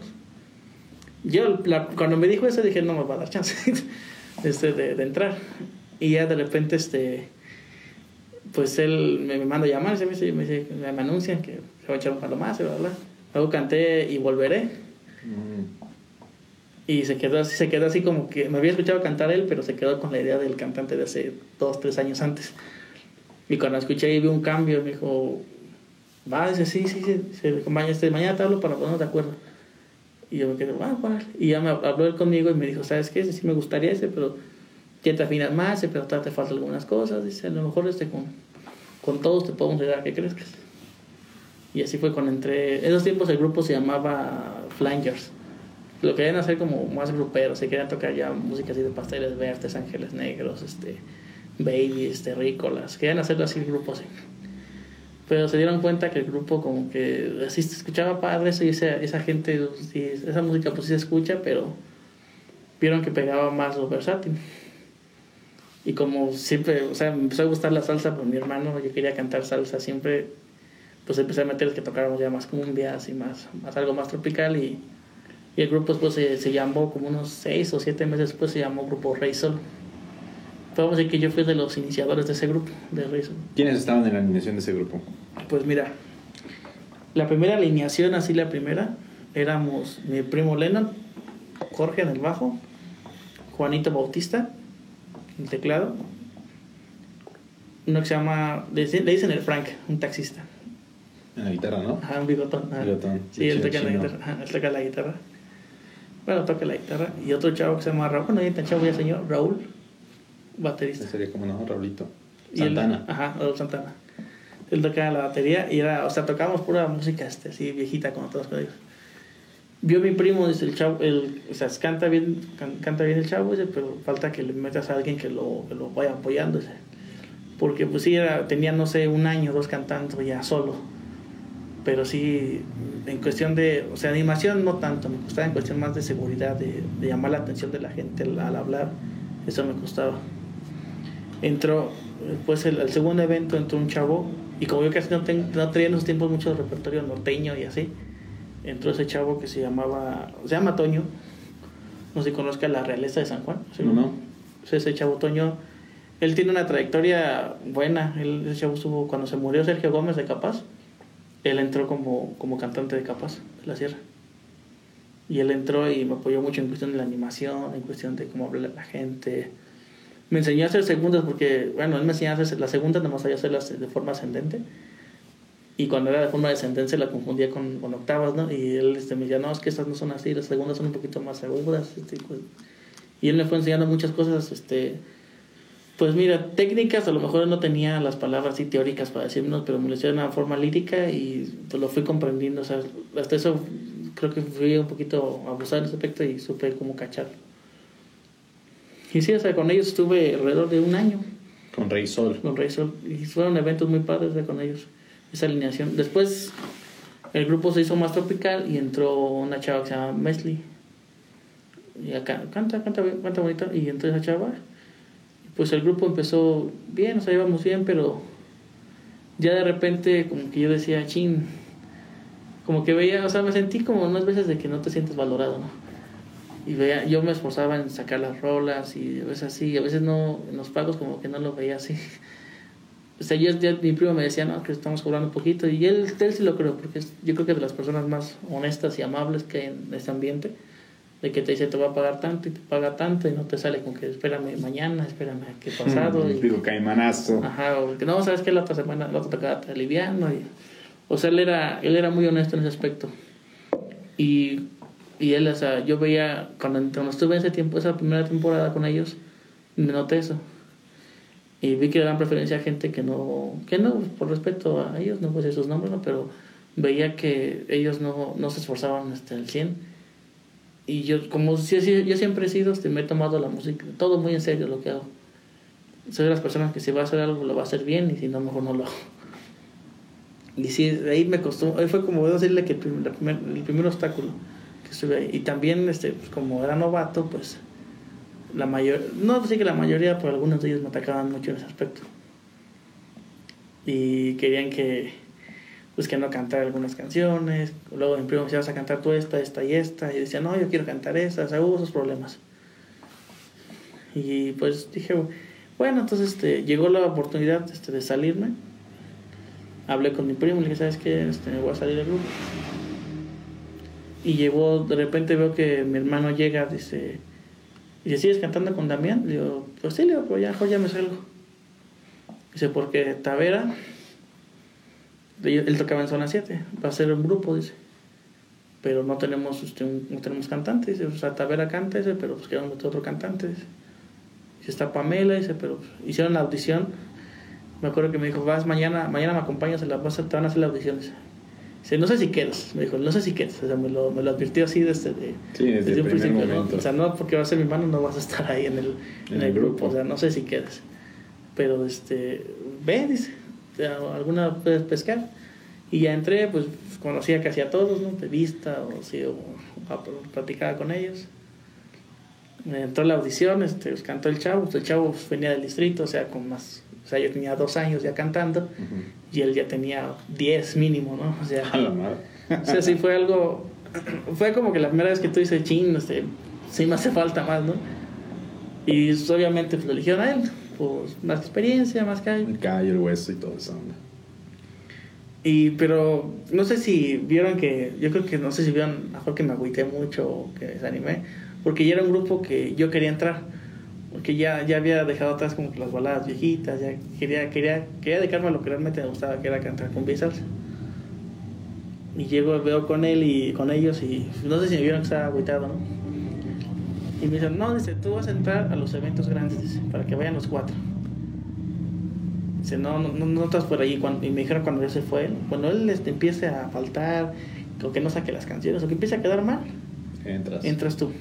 Yo, la, cuando me dijo eso, dije, no me va a dar chance este, de, de entrar. Y ya de repente, este, pues él me, me manda a llamar, y me, dice, me, dice, me anuncian que se va a echar un palomar, bla, bla. Luego canté Y Volveré. Mm. Y se quedó así, se quedó así como que me había escuchado cantar él, pero se quedó con la idea del cantante de hace dos, tres años antes. Y cuando escuché y vi un cambio, me dijo, va, dice, sí, sí, sí, se acompaña, este, mañana te hablo para ponernos de acuerdo. Y yo me quedé, ah, vale. Y ya me habló él conmigo y me dijo, ¿sabes qué? Sí me gustaría ese, pero ya te afinas más, pero te faltan algunas cosas. Dice, a lo mejor este con, con todos te podemos ayudar a que crezcas. Y así fue cuando entré. En esos tiempos el grupo se llamaba Flangers. Lo querían hacer como más grupero, se querían tocar ya música así de Pasteles Verdes, Ángeles Negros, este, Babies, Terrícolas, querían hacerlo así el grupo así. Pero se dieron cuenta que el grupo como que así se escuchaba padre eso y esa, esa gente, esa música pues sí se escucha, pero vieron que pegaba más lo versátil. Y como siempre, o sea, me empezó a gustar la salsa por mi hermano, yo quería cantar salsa siempre, pues empecé a meterles que tocáramos ya más cumbias y más, más algo más tropical y, y el grupo después se, se llamó como unos seis o siete meses después se llamó Grupo Rey Sol. Podemos decir que yo fui de los iniciadores de ese grupo, de Rey Sol. ¿Quiénes estaban en la alineación de ese grupo? Pues mira, la primera alineación, así la primera, éramos mi primo Lennon, Jorge en el bajo, Juanito Bautista en el teclado, uno que se llama, le dicen el Frank, un taxista. En la guitarra, ¿no? Ajá, un bigotón. Ajá. Bigotón. Sí, él toca la guitarra. Ajá, él toca la guitarra. Bueno, toca la guitarra. Y otro chavo que se llama Raúl, bueno, ya está chavo ya señor, Raúl, baterista. Sería como, ¿no? Raulito. Y Santana. Él, ajá, Raúl Santana. Él tocaba la batería y era, o sea, tocábamos pura música este, así viejita como todos con ellos. Vio mi primo, dice el chavo, el, o sea, canta bien, can, canta bien el chavo, dice, pero falta que le metas a alguien que lo, que lo vaya apoyando, dice. Porque pues sí, era, tenía, no sé, un año, dos cantando ya solo. Pero sí, en cuestión de, o sea, animación no tanto, me costaba en cuestión más de seguridad, de, de llamar la atención de la gente al, al hablar, eso me costaba. Entró, pues el, el segundo evento entró un chavo, y como yo casi no, ten, no tenía en esos tiempos mucho repertorio norteño y así, entró ese chavo que se llamaba, se llama Toño, no sé si conozca la realeza de San Juan, ¿sí? No, no. Ese chavo Toño, él tiene una trayectoria buena, él, ese chavo estuvo, cuando se murió Sergio Gómez de Capaz, él entró como, como cantante de Capaz, de la Sierra. Y él entró y me apoyó mucho en cuestión de la animación, en cuestión de cómo hablar a la gente. Me enseñó a hacer segundas porque, bueno, él me enseñó a hacer las segundas, nada más sabía hacerlas de forma ascendente. Y cuando era de forma descendente la confundía con, con octavas, ¿no? Y él este, me decía, no, es que estas no son así, las segundas son un poquito más agudas. Este, pues. Y él me fue enseñando muchas cosas, este... Pues mira, técnicas, a lo mejor no tenía las palabras así teóricas para decirnos, pero me lo decía de una forma lírica y pues lo fui comprendiendo. O sea, hasta eso creo que fui un poquito abusado en ese aspecto y supe cómo cachar. Y sí, o sea, con ellos estuve alrededor de un año. Con Rey Sol. Con Rey Sol. Y fueron eventos muy padres, o sea, con ellos. Esa alineación. Después el grupo se hizo más tropical y entró una chava que se llama Mesli. Y acá canta, canta, canta bonito. Y entró esa chava. Pues el grupo empezó bien, o sea, íbamos bien, pero ya de repente como que yo decía, chin, como que veía, o sea, me sentí como unas veces de que no te sientes valorado, ¿no? Y veía, yo me esforzaba en sacar las rolas y a veces así, a veces no, en los pagos como que no lo veía así. O sea, yo, ya, mi primo me decía, no, que estamos cobrando un poquito, y él, él sí lo creo, porque es, yo creo que es de las personas más honestas y amables que hay en este ambiente. De que te dice te voy a pagar tanto y te paga tanto y no te sale con que espérame mañana, espérame que pasado. Y digo, caimanazo. Ajá, o que no, sabes que la otra semana, la otra te te aliviano. Y, o sea, él era, él era muy honesto en ese aspecto. Y, y él, o sea, yo veía, cuando, cuando estuve en ese tiempo, esa primera temporada con ellos, me noté eso. Y vi que le dan preferencia a gente que no, que no, por respeto a ellos, no puse sus nombres, ¿no? Pero veía que ellos no, no se esforzaban hasta el cien. Y yo, como si, yo siempre he sido, este, me he tomado la música, todo muy en serio lo que hago. Soy de las personas que si va a hacer algo, lo va a hacer bien, y si no, mejor no lo hago. Y sí, de ahí me costó, ahí fue como voy a decirle que el primer, el primer, el primer obstáculo que estuve ahí. Y también, este, pues, como era novato, pues, la mayor, no decir que la mayoría, pero algunos de ellos me atacaban mucho en ese aspecto. Y querían que... pues que no cantara algunas canciones. Luego mi primo me decía, vas a cantar tú esta, esta y esta. Y yo decía, no, yo quiero cantar esta. O sea, hubo esos problemas. Y pues dije, bueno, entonces este, llegó la oportunidad este, de salirme. Hablé con mi primo y le dije, ¿sabes qué? Este, me voy a salir del grupo. Y llegó, de repente veo que mi hermano llega, dice, y dice, ¿sigues cantando con Damián? Le digo, pues sí, le digo, pues ya, mejor ya me salgo. Dice, porque Tavera... él tocaba en zona siete, va a ser un grupo, dice, pero no tenemos este, un, no tenemos cantante, dice, o sea, Tavera canta, dice, pero pues queremos meter otro cantante, dice. Dice, está Pamela, dice, pero pues, hicieron la audición. Me acuerdo que me dijo, vas mañana, mañana me acompañas, a la, vas a, te van a hacer la audición, dice. Dice, no sé si quedas, me dijo, no sé si quedas, o sea, me lo, me lo advirtió así desde, de, sí, desde, desde un principio, ¿no? O sea, no porque va a ser mi mano, no vas a estar ahí en el, en, en el, el grupo. grupo, o sea, no sé si quedas, pero este, ve, dice, alguna puedes pescar. Y ya entré, pues conocía casi a todos, ¿no? De vista, o sí, o, o platicaba con ellos. Me entró la audición, este, pues, cantó el chavo, pues, el chavo pues, venía del distrito, o sea, con más, o sea, yo tenía dos años ya cantando, uh-huh. Y él ya tenía diez mínimo, ¿no? O sea, a la madre. O sea, sí fue algo, fue como que la primera vez que tú dices, chin, este, sí me hace falta más, ¿no? Y pues, obviamente pues, lo eligieron a él, pues más experiencia, más callo. El callo, el hueso y todo eso, ¿no? Y, pero no sé si vieron que, yo creo que no sé si vieron, mejor que me agüité mucho o que desanimé, porque ya era un grupo que yo quería entrar, porque ya, ya había dejado atrás como que las baladas viejitas, ya quería, quería, quería dedicarme a lo que realmente me gustaba, que era cantar con y salsa. Y llego, veo con él y con ellos y no sé si me vieron que estaba agüitado, ¿no? Y me dicen, no, dice, tú vas a entrar a los eventos grandes, dice, para que vayan los cuatro. Dice, no, no, no, no estás por allí. Cuando, y me dijeron cuando él se fue, cuando él este, empiece a faltar, o que no saque las canciones, o que empiece a quedar mal, entras, entras tú.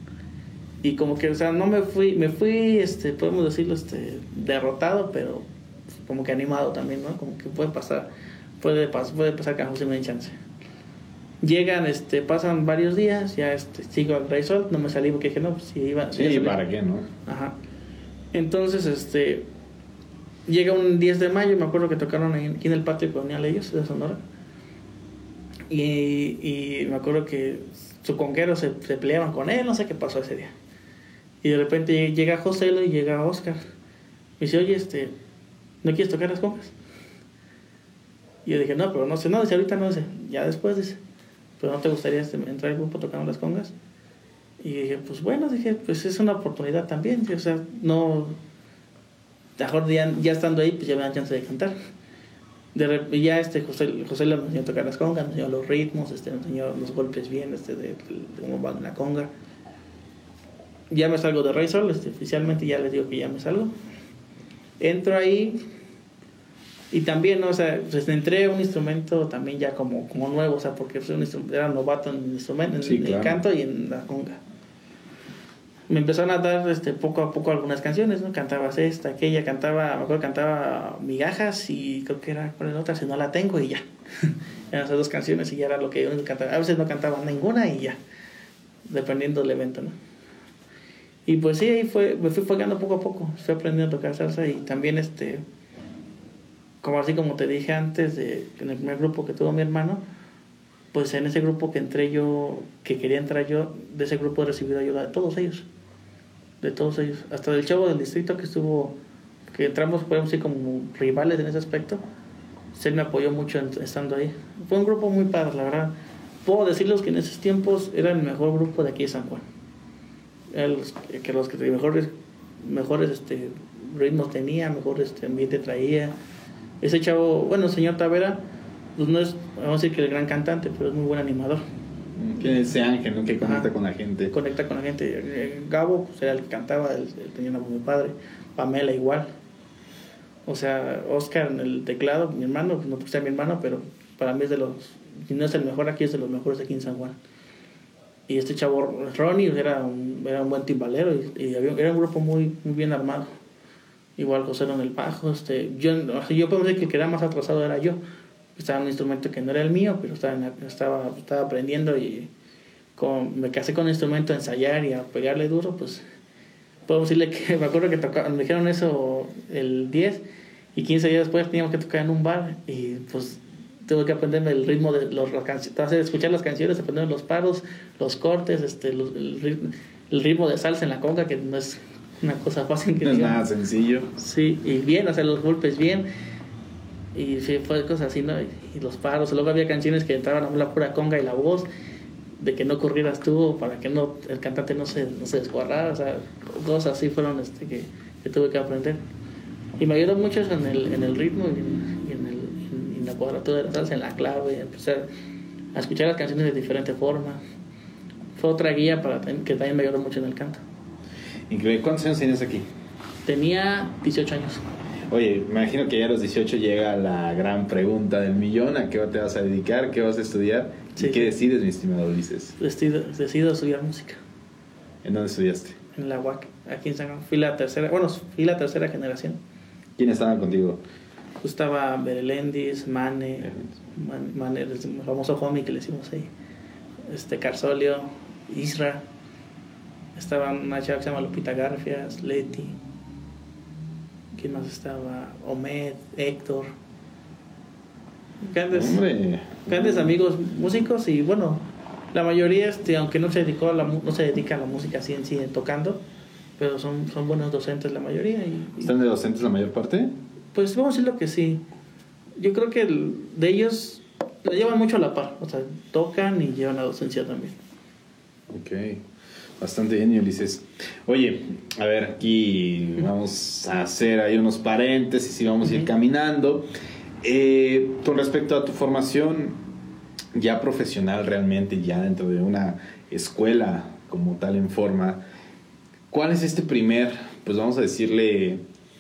Y como que, o sea, no me fui, me fui, este, podemos decirlo, este, derrotado, pero como que animado también, ¿no? Como que puede pasar, puede, puede pasar que a José me den chance. Llegan, este, pasan varios días, ya este, sigo al Rey Sol, no me salí porque dije, no, pues si iba... Sí, si ¿para qué, no? Ajá. Entonces, este... llega un diez de mayo, me acuerdo que tocaron aquí en el patio colonial ellos, de Sonora. Y, y me acuerdo que su conguero se, se peleaban con él, no sé qué pasó ese día. Y de repente llega José y llega Oscar. Me dice, oye, este, ¿no quieres tocar las congas? Y yo dije, no, pero no sé, no, dice, ahorita no, dice, ya después, dice, pero ¿no te gustaría este, entrar al grupo tocando las congas? Y dije, pues bueno, dije, pues es una oportunidad también, o sea, no... mejor ya, ya estando ahí, pues ya me dan chance de cantar. De rep- ya este José, José le enseñó a tocar las congas, me enseñó los ritmos, este, me enseñó los golpes bien, este, de, de cómo va la conga. ya me salgo de Rey Sol, este, oficialmente ya les digo que ya me salgo. Entro ahí y también, ¿no? O sea, pues entré a un instrumento también ya como, como nuevo, o sea, porque pues, un era novato en el instrumento, en, sí, en claro. el canto y en la conga. Me empezaron a dar este, poco a poco algunas canciones, ¿no? Cantabas esta, aquella, cantaba, me acuerdo que cantaba Migajas y creo que era, ¿cuál era otra? Si no la tengo y ya. Eran esas dos canciones y ya era lo que yo cantaba. A veces no cantaba ninguna y ya, dependiendo del evento, ¿no? Y pues sí, ahí fue, me fui fogando poco a poco, fui aprendiendo a tocar salsa y también este, como así como te dije antes, de, en el primer grupo que tuvo mi hermano, pues en ese grupo que entré yo, que quería entrar yo, de ese grupo he recibido ayuda de todos ellos, de todos ellos, hasta del chavo del distrito que estuvo, que entramos, podemos decir como rivales en ese aspecto, él me apoyó mucho en, estando ahí. Fue un grupo muy padre, la verdad. Puedo decirles que en esos tiempos era el mejor grupo de aquí de San Juan. Los, que los que mejores, mejores este, ritmos tenía, mejor este, ambiente traía. Ese chavo, bueno, el señor Tavera, pues no es, vamos a decir que el gran cantante, pero es muy buen animador. Tiene ese ángel, ¿no? Que conecta Ajá. con la gente. Conecta con la gente. Gabo, pues era el que cantaba, él, él tenía una voz muy padre. Pamela igual. O sea, Oscar en el teclado, mi hermano, no porque sea mi hermano, pero para mí es de los, si no es el mejor aquí, es de los mejores aquí en San Juan. Y este chavo, Ronnie, era un, era un buen timbalero y, y había, era un grupo muy, muy bien armado. Igual José en el bajo. Este, yo, yo puedo decir que el que era más atrasado era yo. Estaba en un instrumento que no era el mío, pero estaba, en la, estaba, estaba aprendiendo y con, me casé con un instrumento a ensayar y a pegarle duro, pues puedo decirle que me acuerdo que toca, me dijeron eso el diez y quince días después teníamos que tocar en un bar y pues tuve que aprenderme el ritmo de los, las canciones, escuchar las canciones, aprenderme los paros, los cortes, este, los, el, ritmo, el ritmo de salsa en la conga, que no es una cosa fácil. Que no es digamos. nada sencillo. Sí, y bien, hacer los golpes bien. Y sí, fue cosas así, ¿no? Y, y los paros. Luego había canciones que entraban a la pura conga y la voz, de que no corrieras tú, para que no el cantante no se, no se desguarrara. O sea, cosas así fueron este, que, que tuve que aprender. Y me ayudó mucho eso en el, en el ritmo y en, y en, el, en, en la cuadratura de la salsa, en la clave, empezar a escuchar las canciones de diferente forma. Fue otra guía para que también me ayudó mucho en el canto. Increíble. ¿Cuántos años tienes aquí? Tenía dieciocho años. Oye, me imagino que ya a los dieciocho llega la gran pregunta del millón. ¿A qué te vas a dedicar? ¿Qué vas a estudiar? Sí. ¿Y qué decides, mi estimado Ulises? Decido, decido estudiar música. ¿En dónde estudiaste? En la U A C, aquí en San Juan. Fui la tercera, bueno, fui la tercera generación. ¿Quiénes estaban contigo? Estaba Berelendis, Mane, Man, Mane, el famoso homie que le hicimos ahí. Este, Carsolio, Isra. Estaba una chava que se llama Lupita Garfias, Leti. ¿Quién más estaba? Omed, Héctor. Grandes, Hombre. grandes amigos músicos y bueno, la mayoría, este, aunque no se dedicó a la, no se dedica a la música así en sí, tocando, pero son, son buenos docentes la mayoría. Y, y, ¿Están de docentes la mayor parte? pues vamos a decirlo que sí. Yo creo que el, de ellos lo llevan mucho a la par, o sea, tocan y llevan la docencia también. Ok, bastante bien, Ulises. Oye, a ver, aquí vamos a hacer ahí unos paréntesis y vamos uh-huh. a ir caminando. Eh, con respecto a tu formación ya profesional realmente, ya dentro de una escuela como tal en forma, ¿cuál es este primer, pues vamos a decirle,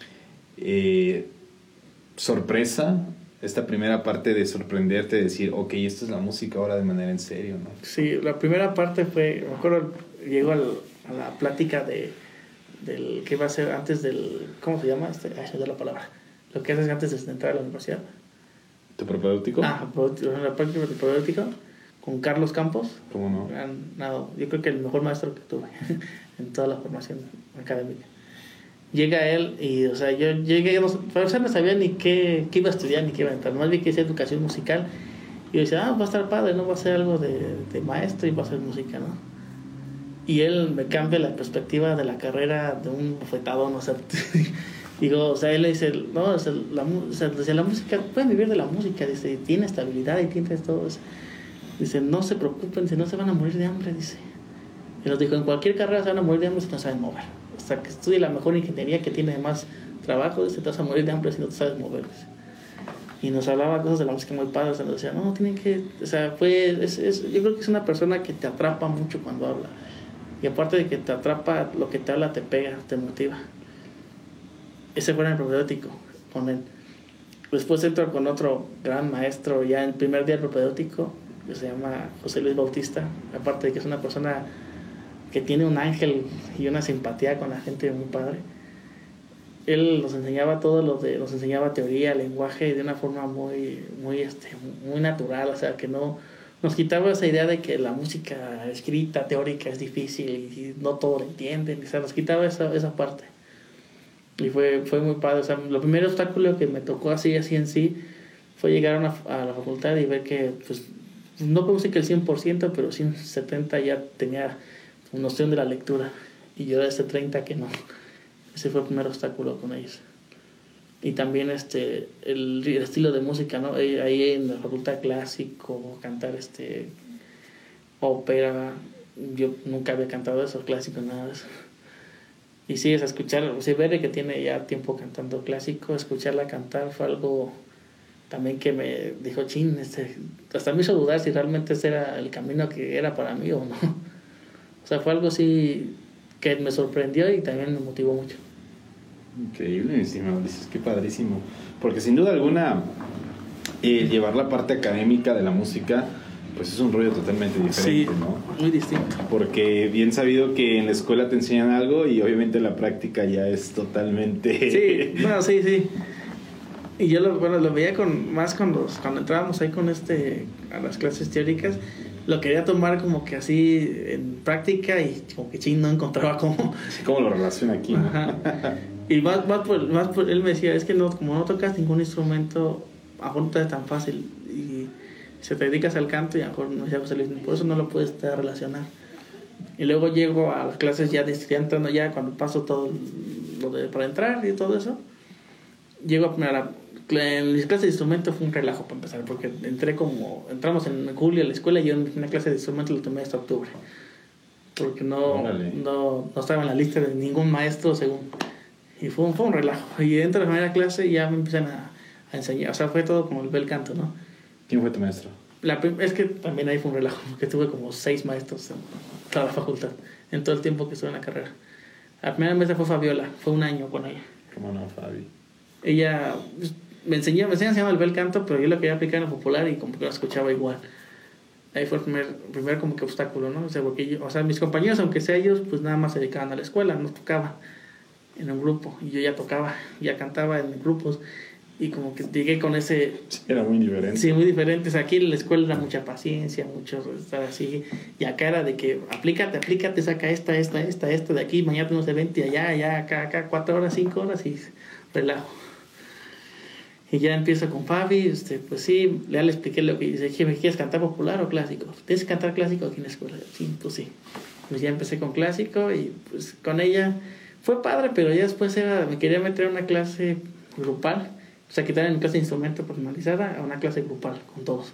eh, sorpresa? Esta primera parte de sorprenderte, de decir, ok, esto es la música ahora de manera en serio, ¿no? Sí, la primera parte fue, me acuerdo, llegó al, a la plática de del que iba a ser antes del, ¿cómo se llama? Este, ay, se me da la palabra. Lo que haces antes de entrar a la universidad. ¿Tu propedéutico? Ah, la práctica del propedéutico con Carlos Campos. ¿Cómo no? no? Yo creo que el mejor maestro que tuve en toda la formación académica. Llega él y, o sea, yo llegué, yo no, o sea, no sabía ni qué, qué iba a estudiar ni qué iba a entrar. Más bien que hacía educación musical. Y yo decía, ah, va a estar padre, no va a ser algo de, de maestro y va a ser música, ¿no? Y él me cambia la perspectiva de la carrera de un bofetadón, o sea, digo, o sea, él le dice, no, o sea, la, o sea, dice, la música, pueden vivir de la música, dice, tiene estabilidad y tiene todo eso. Dice, no se preocupen, dice, no se van a morir de hambre, dice. Y nos dijo, en cualquier carrera se van a morir de hambre si no saben mover. O sea, que estudie la mejor ingeniería que tiene más trabajo, dice, te vas a morir de hambre si no te sabes mover, dice. Y nos hablaba cosas de la música muy padres, o sea, nos decía, no, tienen que, o sea, fue, es, es, yo creo que es una persona que te atrapa mucho cuando habla. Y aparte de que te atrapa, lo que te habla te pega, te motiva. Ese fue en el propedéutico con él. Después entro con otro gran maestro ya en el primer día del propedéutico, que se llama José Luis Bautista. Aparte de que es una persona que tiene un ángel y una simpatía con la gente muy padre. Él nos enseñaba todo lo de, nos enseñaba teoría, lenguaje de una forma muy, muy, este, muy natural, o sea que no nos quitaba esa idea de que la música escrita, teórica es difícil y no todo lo entienden, o sea, nos quitaba esa, esa parte. Y fue, fue muy padre, o sea, lo primer obstáculo que me tocó así, así en sí, fue llegar a, una, a la facultad y ver que, pues, no puedo decir que el cien por ciento, pero sí un setenta por ciento ya tenía noción de la lectura, y yo era ese treinta que no. Ese fue el primer obstáculo con ellos. Y también este el, el estilo de música, ¿no? Ahí en la facultad clásico, cantar este ópera, yo nunca había cantado eso, clásico, nada de eso. Y sí, es escuchar, o sea, ver que tiene ya tiempo cantando clásico, escucharla cantar fue algo también que me dijo, chin, este, hasta me hizo dudar si realmente ese era el camino que era para mí o no. O sea, fue algo así que me sorprendió y también me motivó mucho. Increíble, mi estimado Ulises, qué padrísimo. Porque sin duda alguna, eh, llevar la parte académica de la música, pues es un rollo totalmente diferente, sí, ¿no? Muy distinto. Porque bien sabido que en la escuela te enseñan algo y obviamente la práctica ya es totalmente... Sí, bueno, sí, sí. Y yo lo, bueno, lo veía con, más con los, cuando entrábamos ahí con este, a las clases teóricas, lo quería tomar como que así en práctica y como que ching, no encontraba cómo. ¿Cómo lo relaciona aquí, no? Ajá. Y más, más, por, más por, él me decía, es que no, como no tocas ningún instrumento, a lo mejor no te es tan fácil. Y si te dedicas al canto, y a lo mejor no sea José Luis, por eso no lo puedes te relacionar. Y luego llego a las clases ya de entrando ya, cuando paso todo lo de para entrar y todo eso, llego a primera. En mis clases de instrumento fue un relajo para empezar, porque entré como, entramos en julio a la escuela y yo en una clase de instrumento lo tomé hasta octubre, porque no, no, no estaba en la lista de ningún maestro según, y fue un, fue un relajo. Y dentro de la primera clase y ya me empiezan a, a enseñar, o sea, fue todo como el bel canto, ¿no? ¿Quién fue tu maestro? La, es que también ahí fue un relajo, porque tuve como seis maestros en toda la facultad, en todo el tiempo que estuve en la carrera. La primera maestra fue Fabiola, fue un año con ella. ¿Cómo no, Fabi? Ella me enseñó, me enseñó el bel canto, pero yo lo quería aplicar en lo popular y como que lo escuchaba igual. Ahí fue el primer, primer como que obstáculo, ¿no? O sea, porque yo, o sea, mis compañeros, aunque sea ellos, pues nada más se dedicaban a la escuela, no tocaban en un grupo. Y yo ya tocaba, ya cantaba en grupos. Y como que llegué con ese... Sí, era muy diferente. Sí, muy diferente. O sea, aquí en la escuela era mucha paciencia, mucho estar así. Y acá era de que aplícate, aplícate, saca esta, esta, esta, esta de aquí. Mañana tenemos evento y allá, allá, acá, acá, cuatro horas, cinco horas y relajo. Y ya empiezo con Fabi, este, pues sí, ya le expliqué lo que dice, ¿quieres cantar popular o clásico? ¿Tienes que cantar clásico aquí en la escuela? Sí, pues sí. Pues ya empecé con clásico y pues con ella fue padre, pero ya después era, me quería meter a una clase grupal, o sea, quitar mi clase de instrumento personalizada a una clase grupal con todos.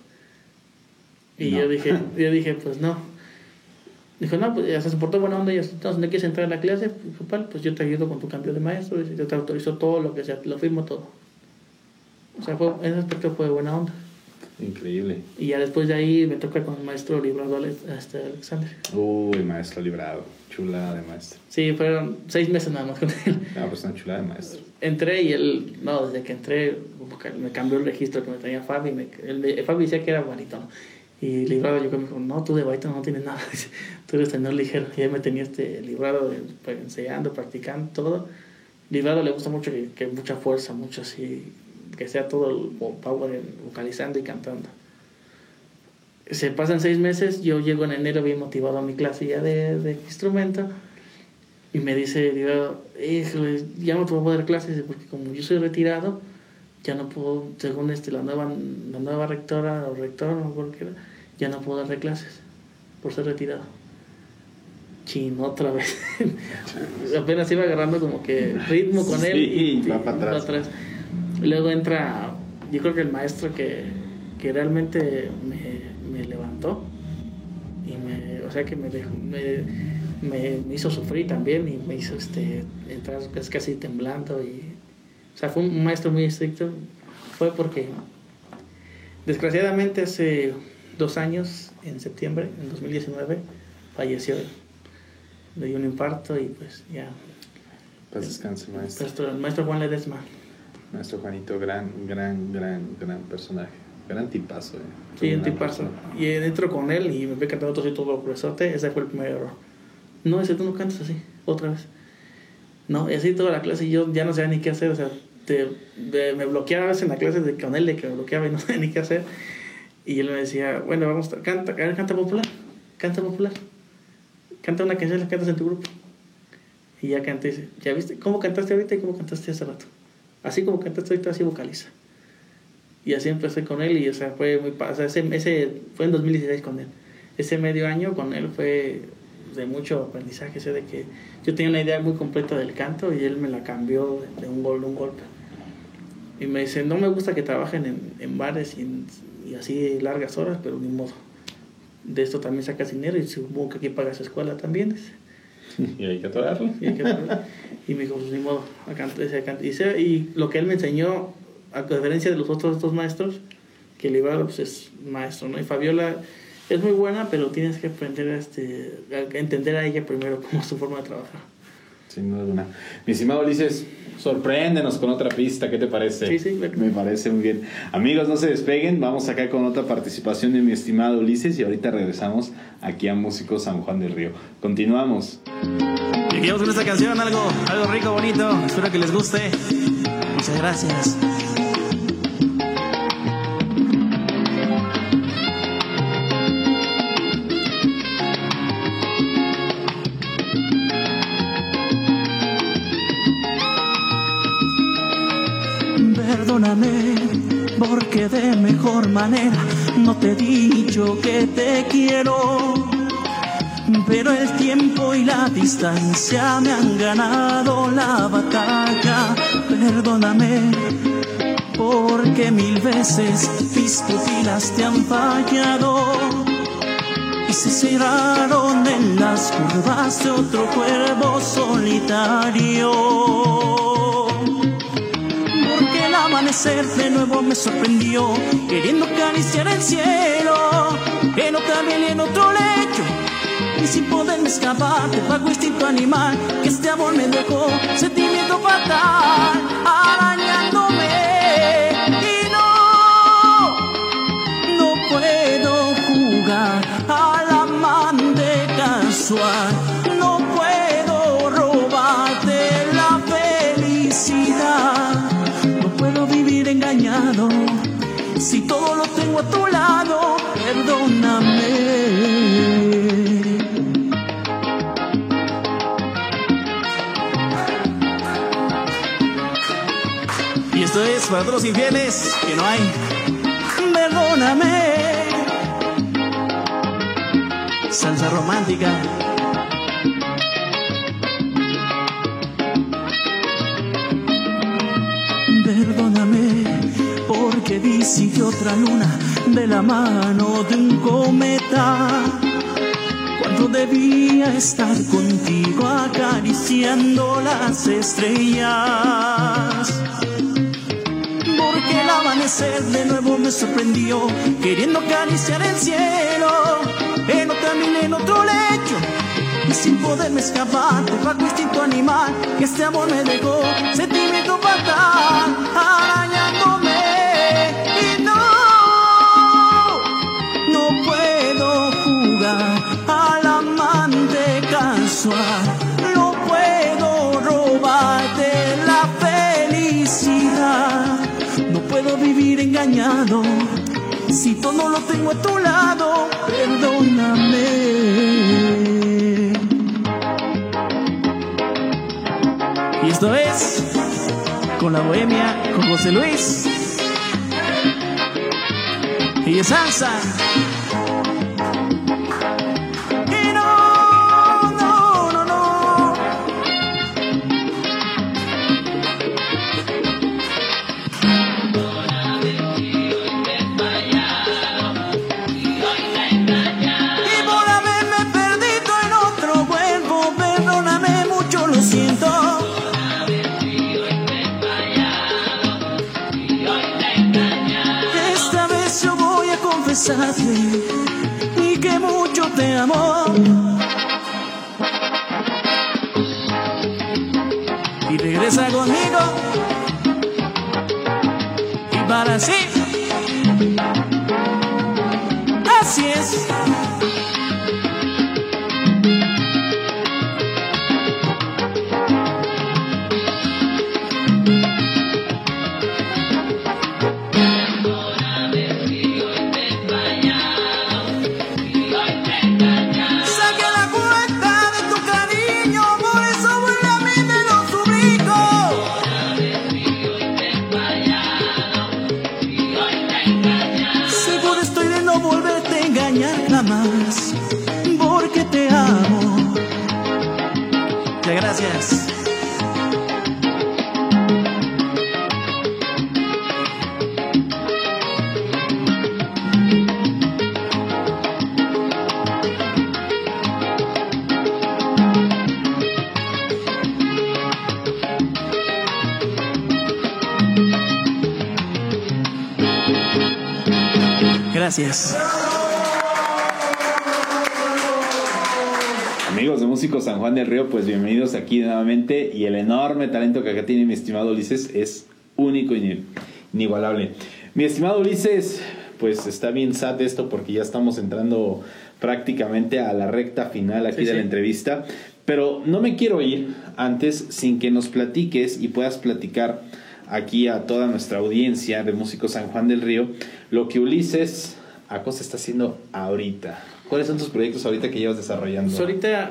Y no. yo dije, yo dije, pues no. Dijo, no, pues ya se portó buena onda y entonces no quieres entrar a la clase grupal, pues yo te ayudo con tu cambio de maestro, y yo te autorizo todo lo que sea, lo firmo todo. O sea, fue, en ese aspecto fue buena onda. Increíble. Y ya después de ahí me toca con el maestro Librado este Alexander. Uy, maestro Librado. Chulada de maestro. Sí, fueron seis meses nada más con él. Ah, pues una chulada de maestro. Entré y él, no, desde que entré, me cambió el registro que me tenía Fabi. Me, el, Fabi decía que era barítono. Y Librado yo me dijo, no, tú de barítono no tienes nada. Tú eres tenor ligero. Y él me tenía este Librado pues, ensayando, practicando, todo. Librado le gusta mucho que, que mucha fuerza, mucho así, que sea todo el power vocalizando y cantando. Se pasan seis meses, yo llego en enero bien motivado a mi clase ya de, de instrumento y me dice, digo, híjole, ya no puedo dar clases porque como yo soy retirado, ya no puedo, según este, la nueva, la nueva rectora o rector, no recuerdo qué era, ya no puedo darle clases por ser retirado. Chin, otra vez. Apenas iba agarrando como que ritmo con él sí, y, y va para atrás. Va atrás. Luego entra, yo creo que el maestro que, que realmente me, me levantó y me, o sea que me, dejó, me, me, me hizo sufrir también y me hizo este, entrar casi temblando y, o sea, fue un maestro muy estricto. Fue porque desgraciadamente hace dos años, en septiembre, en dos mil diecinueve, falleció él. le dio un infarto y pues ya. Paz descanse, maestro. Maestro, el maestro Juan Ledesma. Maestro Juanito, gran, gran, gran, gran personaje. Gran tipazo, eh. Sí, un Gran tipazo. persona. Y entro con él y me ve cantando otro sitio por profesote. Ese fue el primer error. No, ese tú no cantas así, otra vez. No, y así toda la clase y yo ya no sabía ni qué hacer. O sea, te, de, me bloqueaba a veces en la clase de, con él de que me bloqueaba y no sabía ni qué hacer. Y él me decía, bueno, vamos, a, canta, canta popular, canta popular. Canta una canción, la cantas en tu grupo. Y ya canté, dice, ¿ya viste cómo cantaste ahorita y cómo cantaste hace rato? Así como cantaste ahorita, así vocaliza. Y así empecé con él y, o sea, fue muy... O sea, ese, ese fue en dos mil dieciséis con él. Ese medio año con él fue de mucho aprendizaje, o sea, de que yo tenía una idea muy completa del canto y él me la cambió de, de un gol, de un golpe. Y me dice, no me gusta que trabajen en, en bares y, en, y así largas horas, pero ni modo. De esto también sacas dinero y supongo que aquí pagas escuela también. Dice. Y hay que atorarlo. Y, hay que atorarlo. Y me dijo, pues ni modo, a cantar, a cantar. Y, se, y lo que él me enseñó, a diferencia de los otros dos maestros, que el Iván pues, es maestro, ¿no? Y Fabiola es muy buena, pero tienes que aprender a, este, a entender a ella primero cómo es su forma de trabajar. Sin duda alguna. Mi estimado Ulises, sorpréndenos con otra pista, ¿qué te parece? Sí, sí, Me parece muy bien. Amigos, no se despeguen, vamos acá con otra participación de mi estimado Ulises y ahorita regresamos aquí a Músicos San Juan del Río. Continuamos. Y aquí vamos con esta canción, algo, algo rico, bonito. Espero que les guste. Muchas gracias. Perdóname, porque de mejor manera no te he dicho que te quiero. Pero el tiempo y la distancia me han ganado la batalla. Perdóname, porque mil veces mis pupilas te han fallado y se cerraron en las curvas de otro cuervo solitario. Porque el amanecer de nuevo me sorprendió, queriendo acariciar el cielo, en otra piel y en otro lecho, y sin poderme escapar del vago instinto animal que este amor me dejó, sentimiento fatal arañándome. Y no, no puedo jugar al amante casual, no puedo robarte la felicidad, no puedo vivir engañado si todo lo tengo a tu lado. Perdóname. Y esto es para todos los infieles que no hay. Perdóname. Salsa romántica. Perdóname, porque visité otra luna de la mano de un cometa, cuando debía estar contigo acariciando las estrellas. Porque el amanecer de nuevo me sorprendió, queriendo acariciar el cielo, en otra mina, en otro lecho, y sin poderme escapar del vago instinto animal que este amor me dejó, sentimiento fatal arañándome. Y no, no puedo jugar al amante casual, no puedo robarte la felicidad, no puedo vivir engañado si todo lo tengo a tu lado. Perdóname. Y esto es Con la Bohemia, con José Luis y es salsa. Y no, no, no, no. Y por haberme perdido en otro cuerpo, perdóname mucho, lo siento. Esta vez yo voy a confesarte y que mucho te amo. así. Así es. Porque te amo. Muchas gracias. Gracias. Amigos de Músicos San Juan del Río, pues bienvenidos aquí nuevamente. Y el enorme talento que acá tiene mi estimado Ulises es único y inigualable. Mi estimado Ulises, pues está bien sad esto porque ya estamos entrando prácticamente a la recta final aquí sí, de sí. la entrevista. Pero no me quiero ir antes sin que nos platiques y puedas platicar aquí a toda nuestra audiencia de Músicos San Juan del Río lo que Ulises Acosta está haciendo ahorita. ¿Cuáles son tus proyectos ahorita que llevas desarrollando? Pues ahorita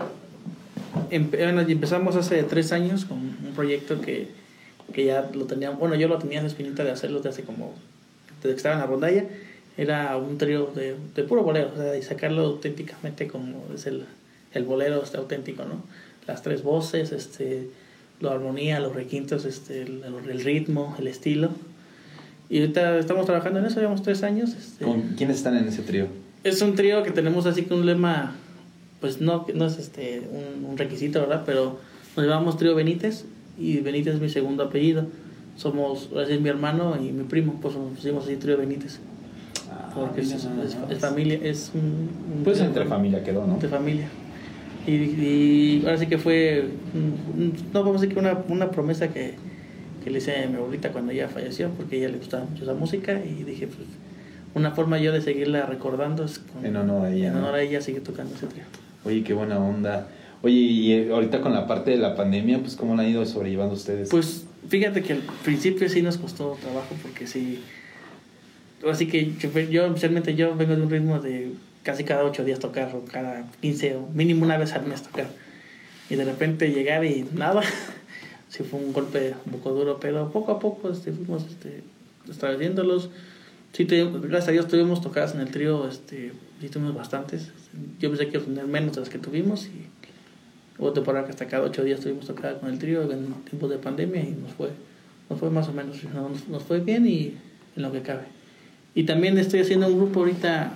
empe- empezamos hace tres años con un proyecto que, que ya lo teníamos, bueno, yo lo tenía en espinita de hacerlo desde hace como, desde que estaba en la rondalla. Era un trío de, de puro bolero, o sea, y sacarlo auténticamente como es el, el bolero este auténtico, ¿no? Las tres voces, este, la armonía, los requintos, este, el, el ritmo, el estilo. Y ahorita estamos trabajando en eso, llevamos tres años. Este, ¿Con quiénes están en ese trío? Es un trío que tenemos así con un lema, pues no, no es este un, un requisito, ¿verdad? Pero nos llamamos Trío Benítez y Benítez es mi segundo apellido. Somos, así es mi hermano y mi primo, pues nos pusimos así Trío Benítez. Ah, porque es, es, es familia, es un... un pues entre familia quedó, ¿no? Entre familia. Y, y ahora sí que fue, no vamos a decir que una, una promesa que, que le hice a mi abuelita cuando ella falleció, porque a ella le gustaba mucho esa música y dije, pues... Una forma yo de seguirla recordando es con, en honor a ella. En honor ¿no? a ella seguir tocando ese trío. Oye, qué buena onda. Oye, y ahorita con la parte de la pandemia, pues ¿cómo la han ido sobrellevando ustedes? Pues fíjate que al principio sí nos costó trabajo porque sí... Así que yo, yo especialmente yo vengo de un ritmo de casi cada ocho días tocar o cada quince o mínimo una vez al mes tocar. Y de repente llegar y nada, sí fue un golpe un poco duro, pero poco a poco este, fuimos este, estableciéndolos. Sí, te, gracias a Dios tuvimos tocadas en el trío, este, sí tuvimos bastantes. Yo pensé que iba a tener menos de las que tuvimos y hubo temporada que hasta cada ocho días tuvimos tocada con el trío en tiempos de pandemia y nos fue, nos fue más o menos, nos, nos fue bien y en lo que cabe. Y también estoy haciendo un grupo ahorita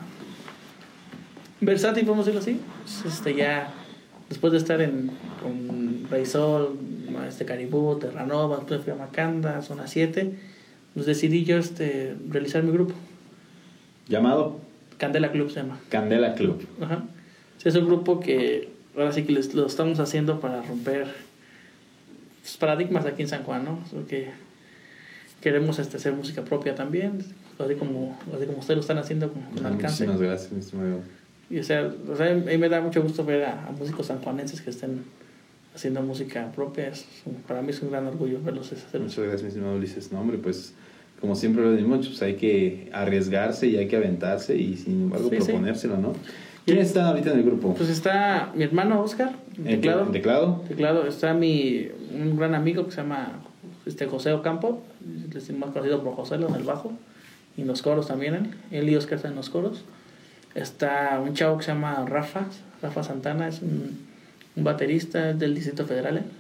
versátil, podemos decirlo así. Este, ya después de estar en, con Raizol, este, Caribú, Terranova, después fui a Macanda, Zona siete, pues decidí yo este, realizar mi grupo. ¿Llamado? Candela Club se llama. Candela Club. Ajá. Sí, es un grupo que ahora sí que les, lo estamos haciendo para romper pues, paradigmas aquí en San Juan, ¿no? Porque queremos este, hacer música propia también, así como, así como ustedes lo están haciendo con, con alcance. Muchísimas gracias, mi estimado. Y o sea, o sea, a mí me da mucho gusto ver a, a músicos sanjuanenses que estén haciendo música propia. Es un, para mí es un gran orgullo verlos hacer. Muchas gracias, mi estimado Ulises. No, hombre, pues como siempre lo decimos, pues hay que arriesgarse y hay que aventarse y sin embargo sí, proponérselo, sí. ¿no? ¿Quiénes están ahorita en el grupo? Pues está mi hermano Oscar, en teclado. ¿En teclado? Teclado. Está mi, un gran amigo que se llama este, José Ocampo, es más conocido por José en el bajo, y en los coros también, él, él y Oscar están en los coros. Está un chavo que se llama Rafa, Rafa Santana, es un, un baterista del Distrito Federal, ¿eh?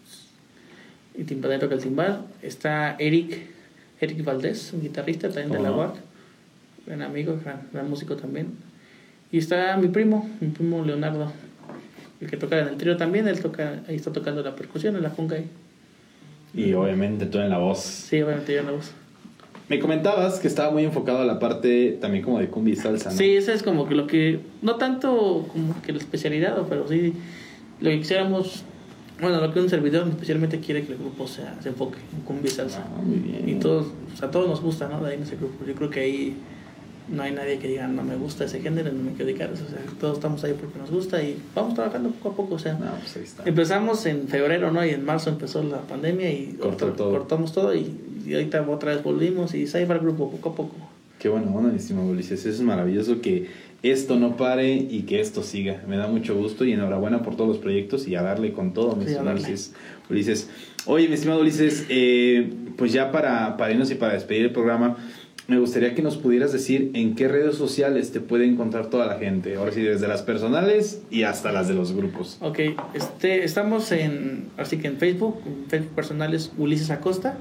Y timbalero toca el timbal. Está Eric, Eric Valdés, un guitarrista también de la U A C, gran amigo, gran, gran músico también. Y está mi primo, mi primo Leonardo, el que toca en el trío también, él toca, ahí está tocando la percusión, en la conga ahí. Y obviamente tú en la voz. Sí, obviamente yo en la voz. Me comentabas que estaba muy enfocado a la parte también como de cumbia y salsa, ¿no? Sí, eso es como que lo que, no tanto como que la especialidad, pero sí lo que quisiéramos Bueno, lo que un servidor especialmente quiere que el grupo sea, se enfoque en cumbia y salsa. Ah, muy bien. Y todos, o sea, a todos nos gusta, ¿no? De ahí en ese grupo. Yo creo que ahí no hay nadie que diga, no me gusta ese género, no me quiero dedicar a eso. O sea, todos estamos ahí porque nos gusta y vamos trabajando poco a poco. O sea, No, pues ahí está. empezamos en febrero, ¿no? Y en marzo empezó la pandemia y Cortó todo. cortamos todo y, y ahorita otra vez volvimos y se va el grupo poco a poco. Qué bueno, bueno, mi estimado Ulises. Eso es maravilloso que esto no pare y que esto siga. Me da mucho gusto y enhorabuena por todos los proyectos y a darle con todo, mi Sí, estimado a darle. Ulises. Ulises. Oye, mi estimado Ulises, eh, pues ya para, para irnos y para despedir el programa, me gustaría que nos pudieras decir en qué redes sociales te puede encontrar toda la gente. Ahora sí, desde las personales y hasta las de los grupos. Ok, este, estamos en, así que en Facebook, en Facebook personal es Ulises Acosta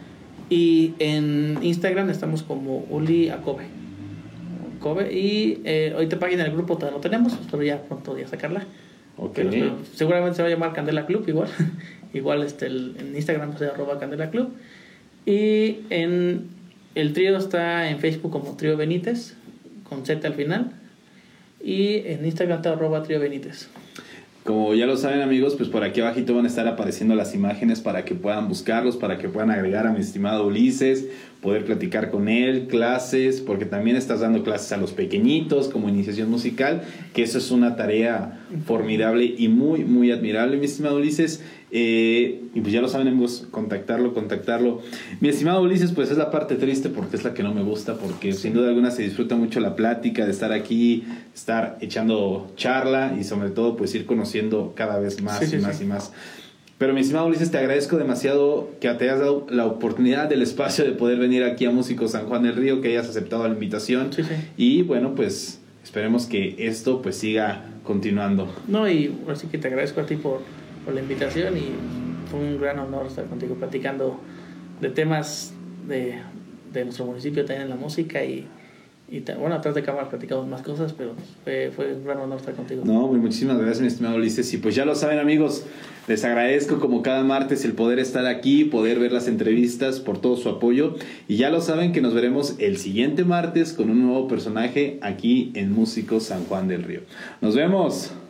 y en Instagram estamos como Uli Acobe. Acobe y eh, ahorita página del grupo todavía no tenemos, pero ya pronto voy a sacarla. Ok. Pero, pero seguramente se va a llamar Candela Club igual. Igual este, el, en Instagram se arroba Candela Club. Y en el trío está en Facebook como Trío Benítez, con Z al final. Y en Instagram está arroba Trío Benítez. Como ya lo saben, amigos, pues por aquí abajito van a estar apareciendo las imágenes para que puedan buscarlos, para que puedan agregar a mi estimado Ulises, poder platicar con él, clases, porque también estás dando clases a los pequeñitos como iniciación musical, que eso es una tarea formidable y muy, muy admirable, mi estimado Ulises. Eh, y pues ya lo saben, amigos, contactarlo, contactarlo. Mi estimado Ulises, pues es la parte triste porque es la que no me gusta, porque sin duda alguna se disfruta mucho la plática, de estar aquí, estar echando charla y sobre todo pues ir conociendo cada vez más Sí, sí, y más sí. y más. Pero mi estimado Ulises, te agradezco demasiado que te hayas dado la oportunidad del espacio de poder venir aquí a Músicos San Juan del Río, que hayas aceptado la invitación. Sí, sí. Y bueno, pues esperemos que esto pues siga continuando. No, y así que te agradezco a ti por, por la invitación y fue un gran honor estar contigo platicando de temas de, de nuestro municipio, también en la música y, y ta- bueno, atrás de cámara platicamos más cosas, pero fue, fue un gran honor estar contigo. No, muy muchísimas gracias, mi estimado Ulises. Y pues ya lo saben, amigos, les agradezco como cada martes el poder estar aquí, poder ver las entrevistas, por todo su apoyo. Y ya lo saben que nos veremos el siguiente martes con un nuevo personaje aquí en Músicos San Juan del Río. Nos vemos.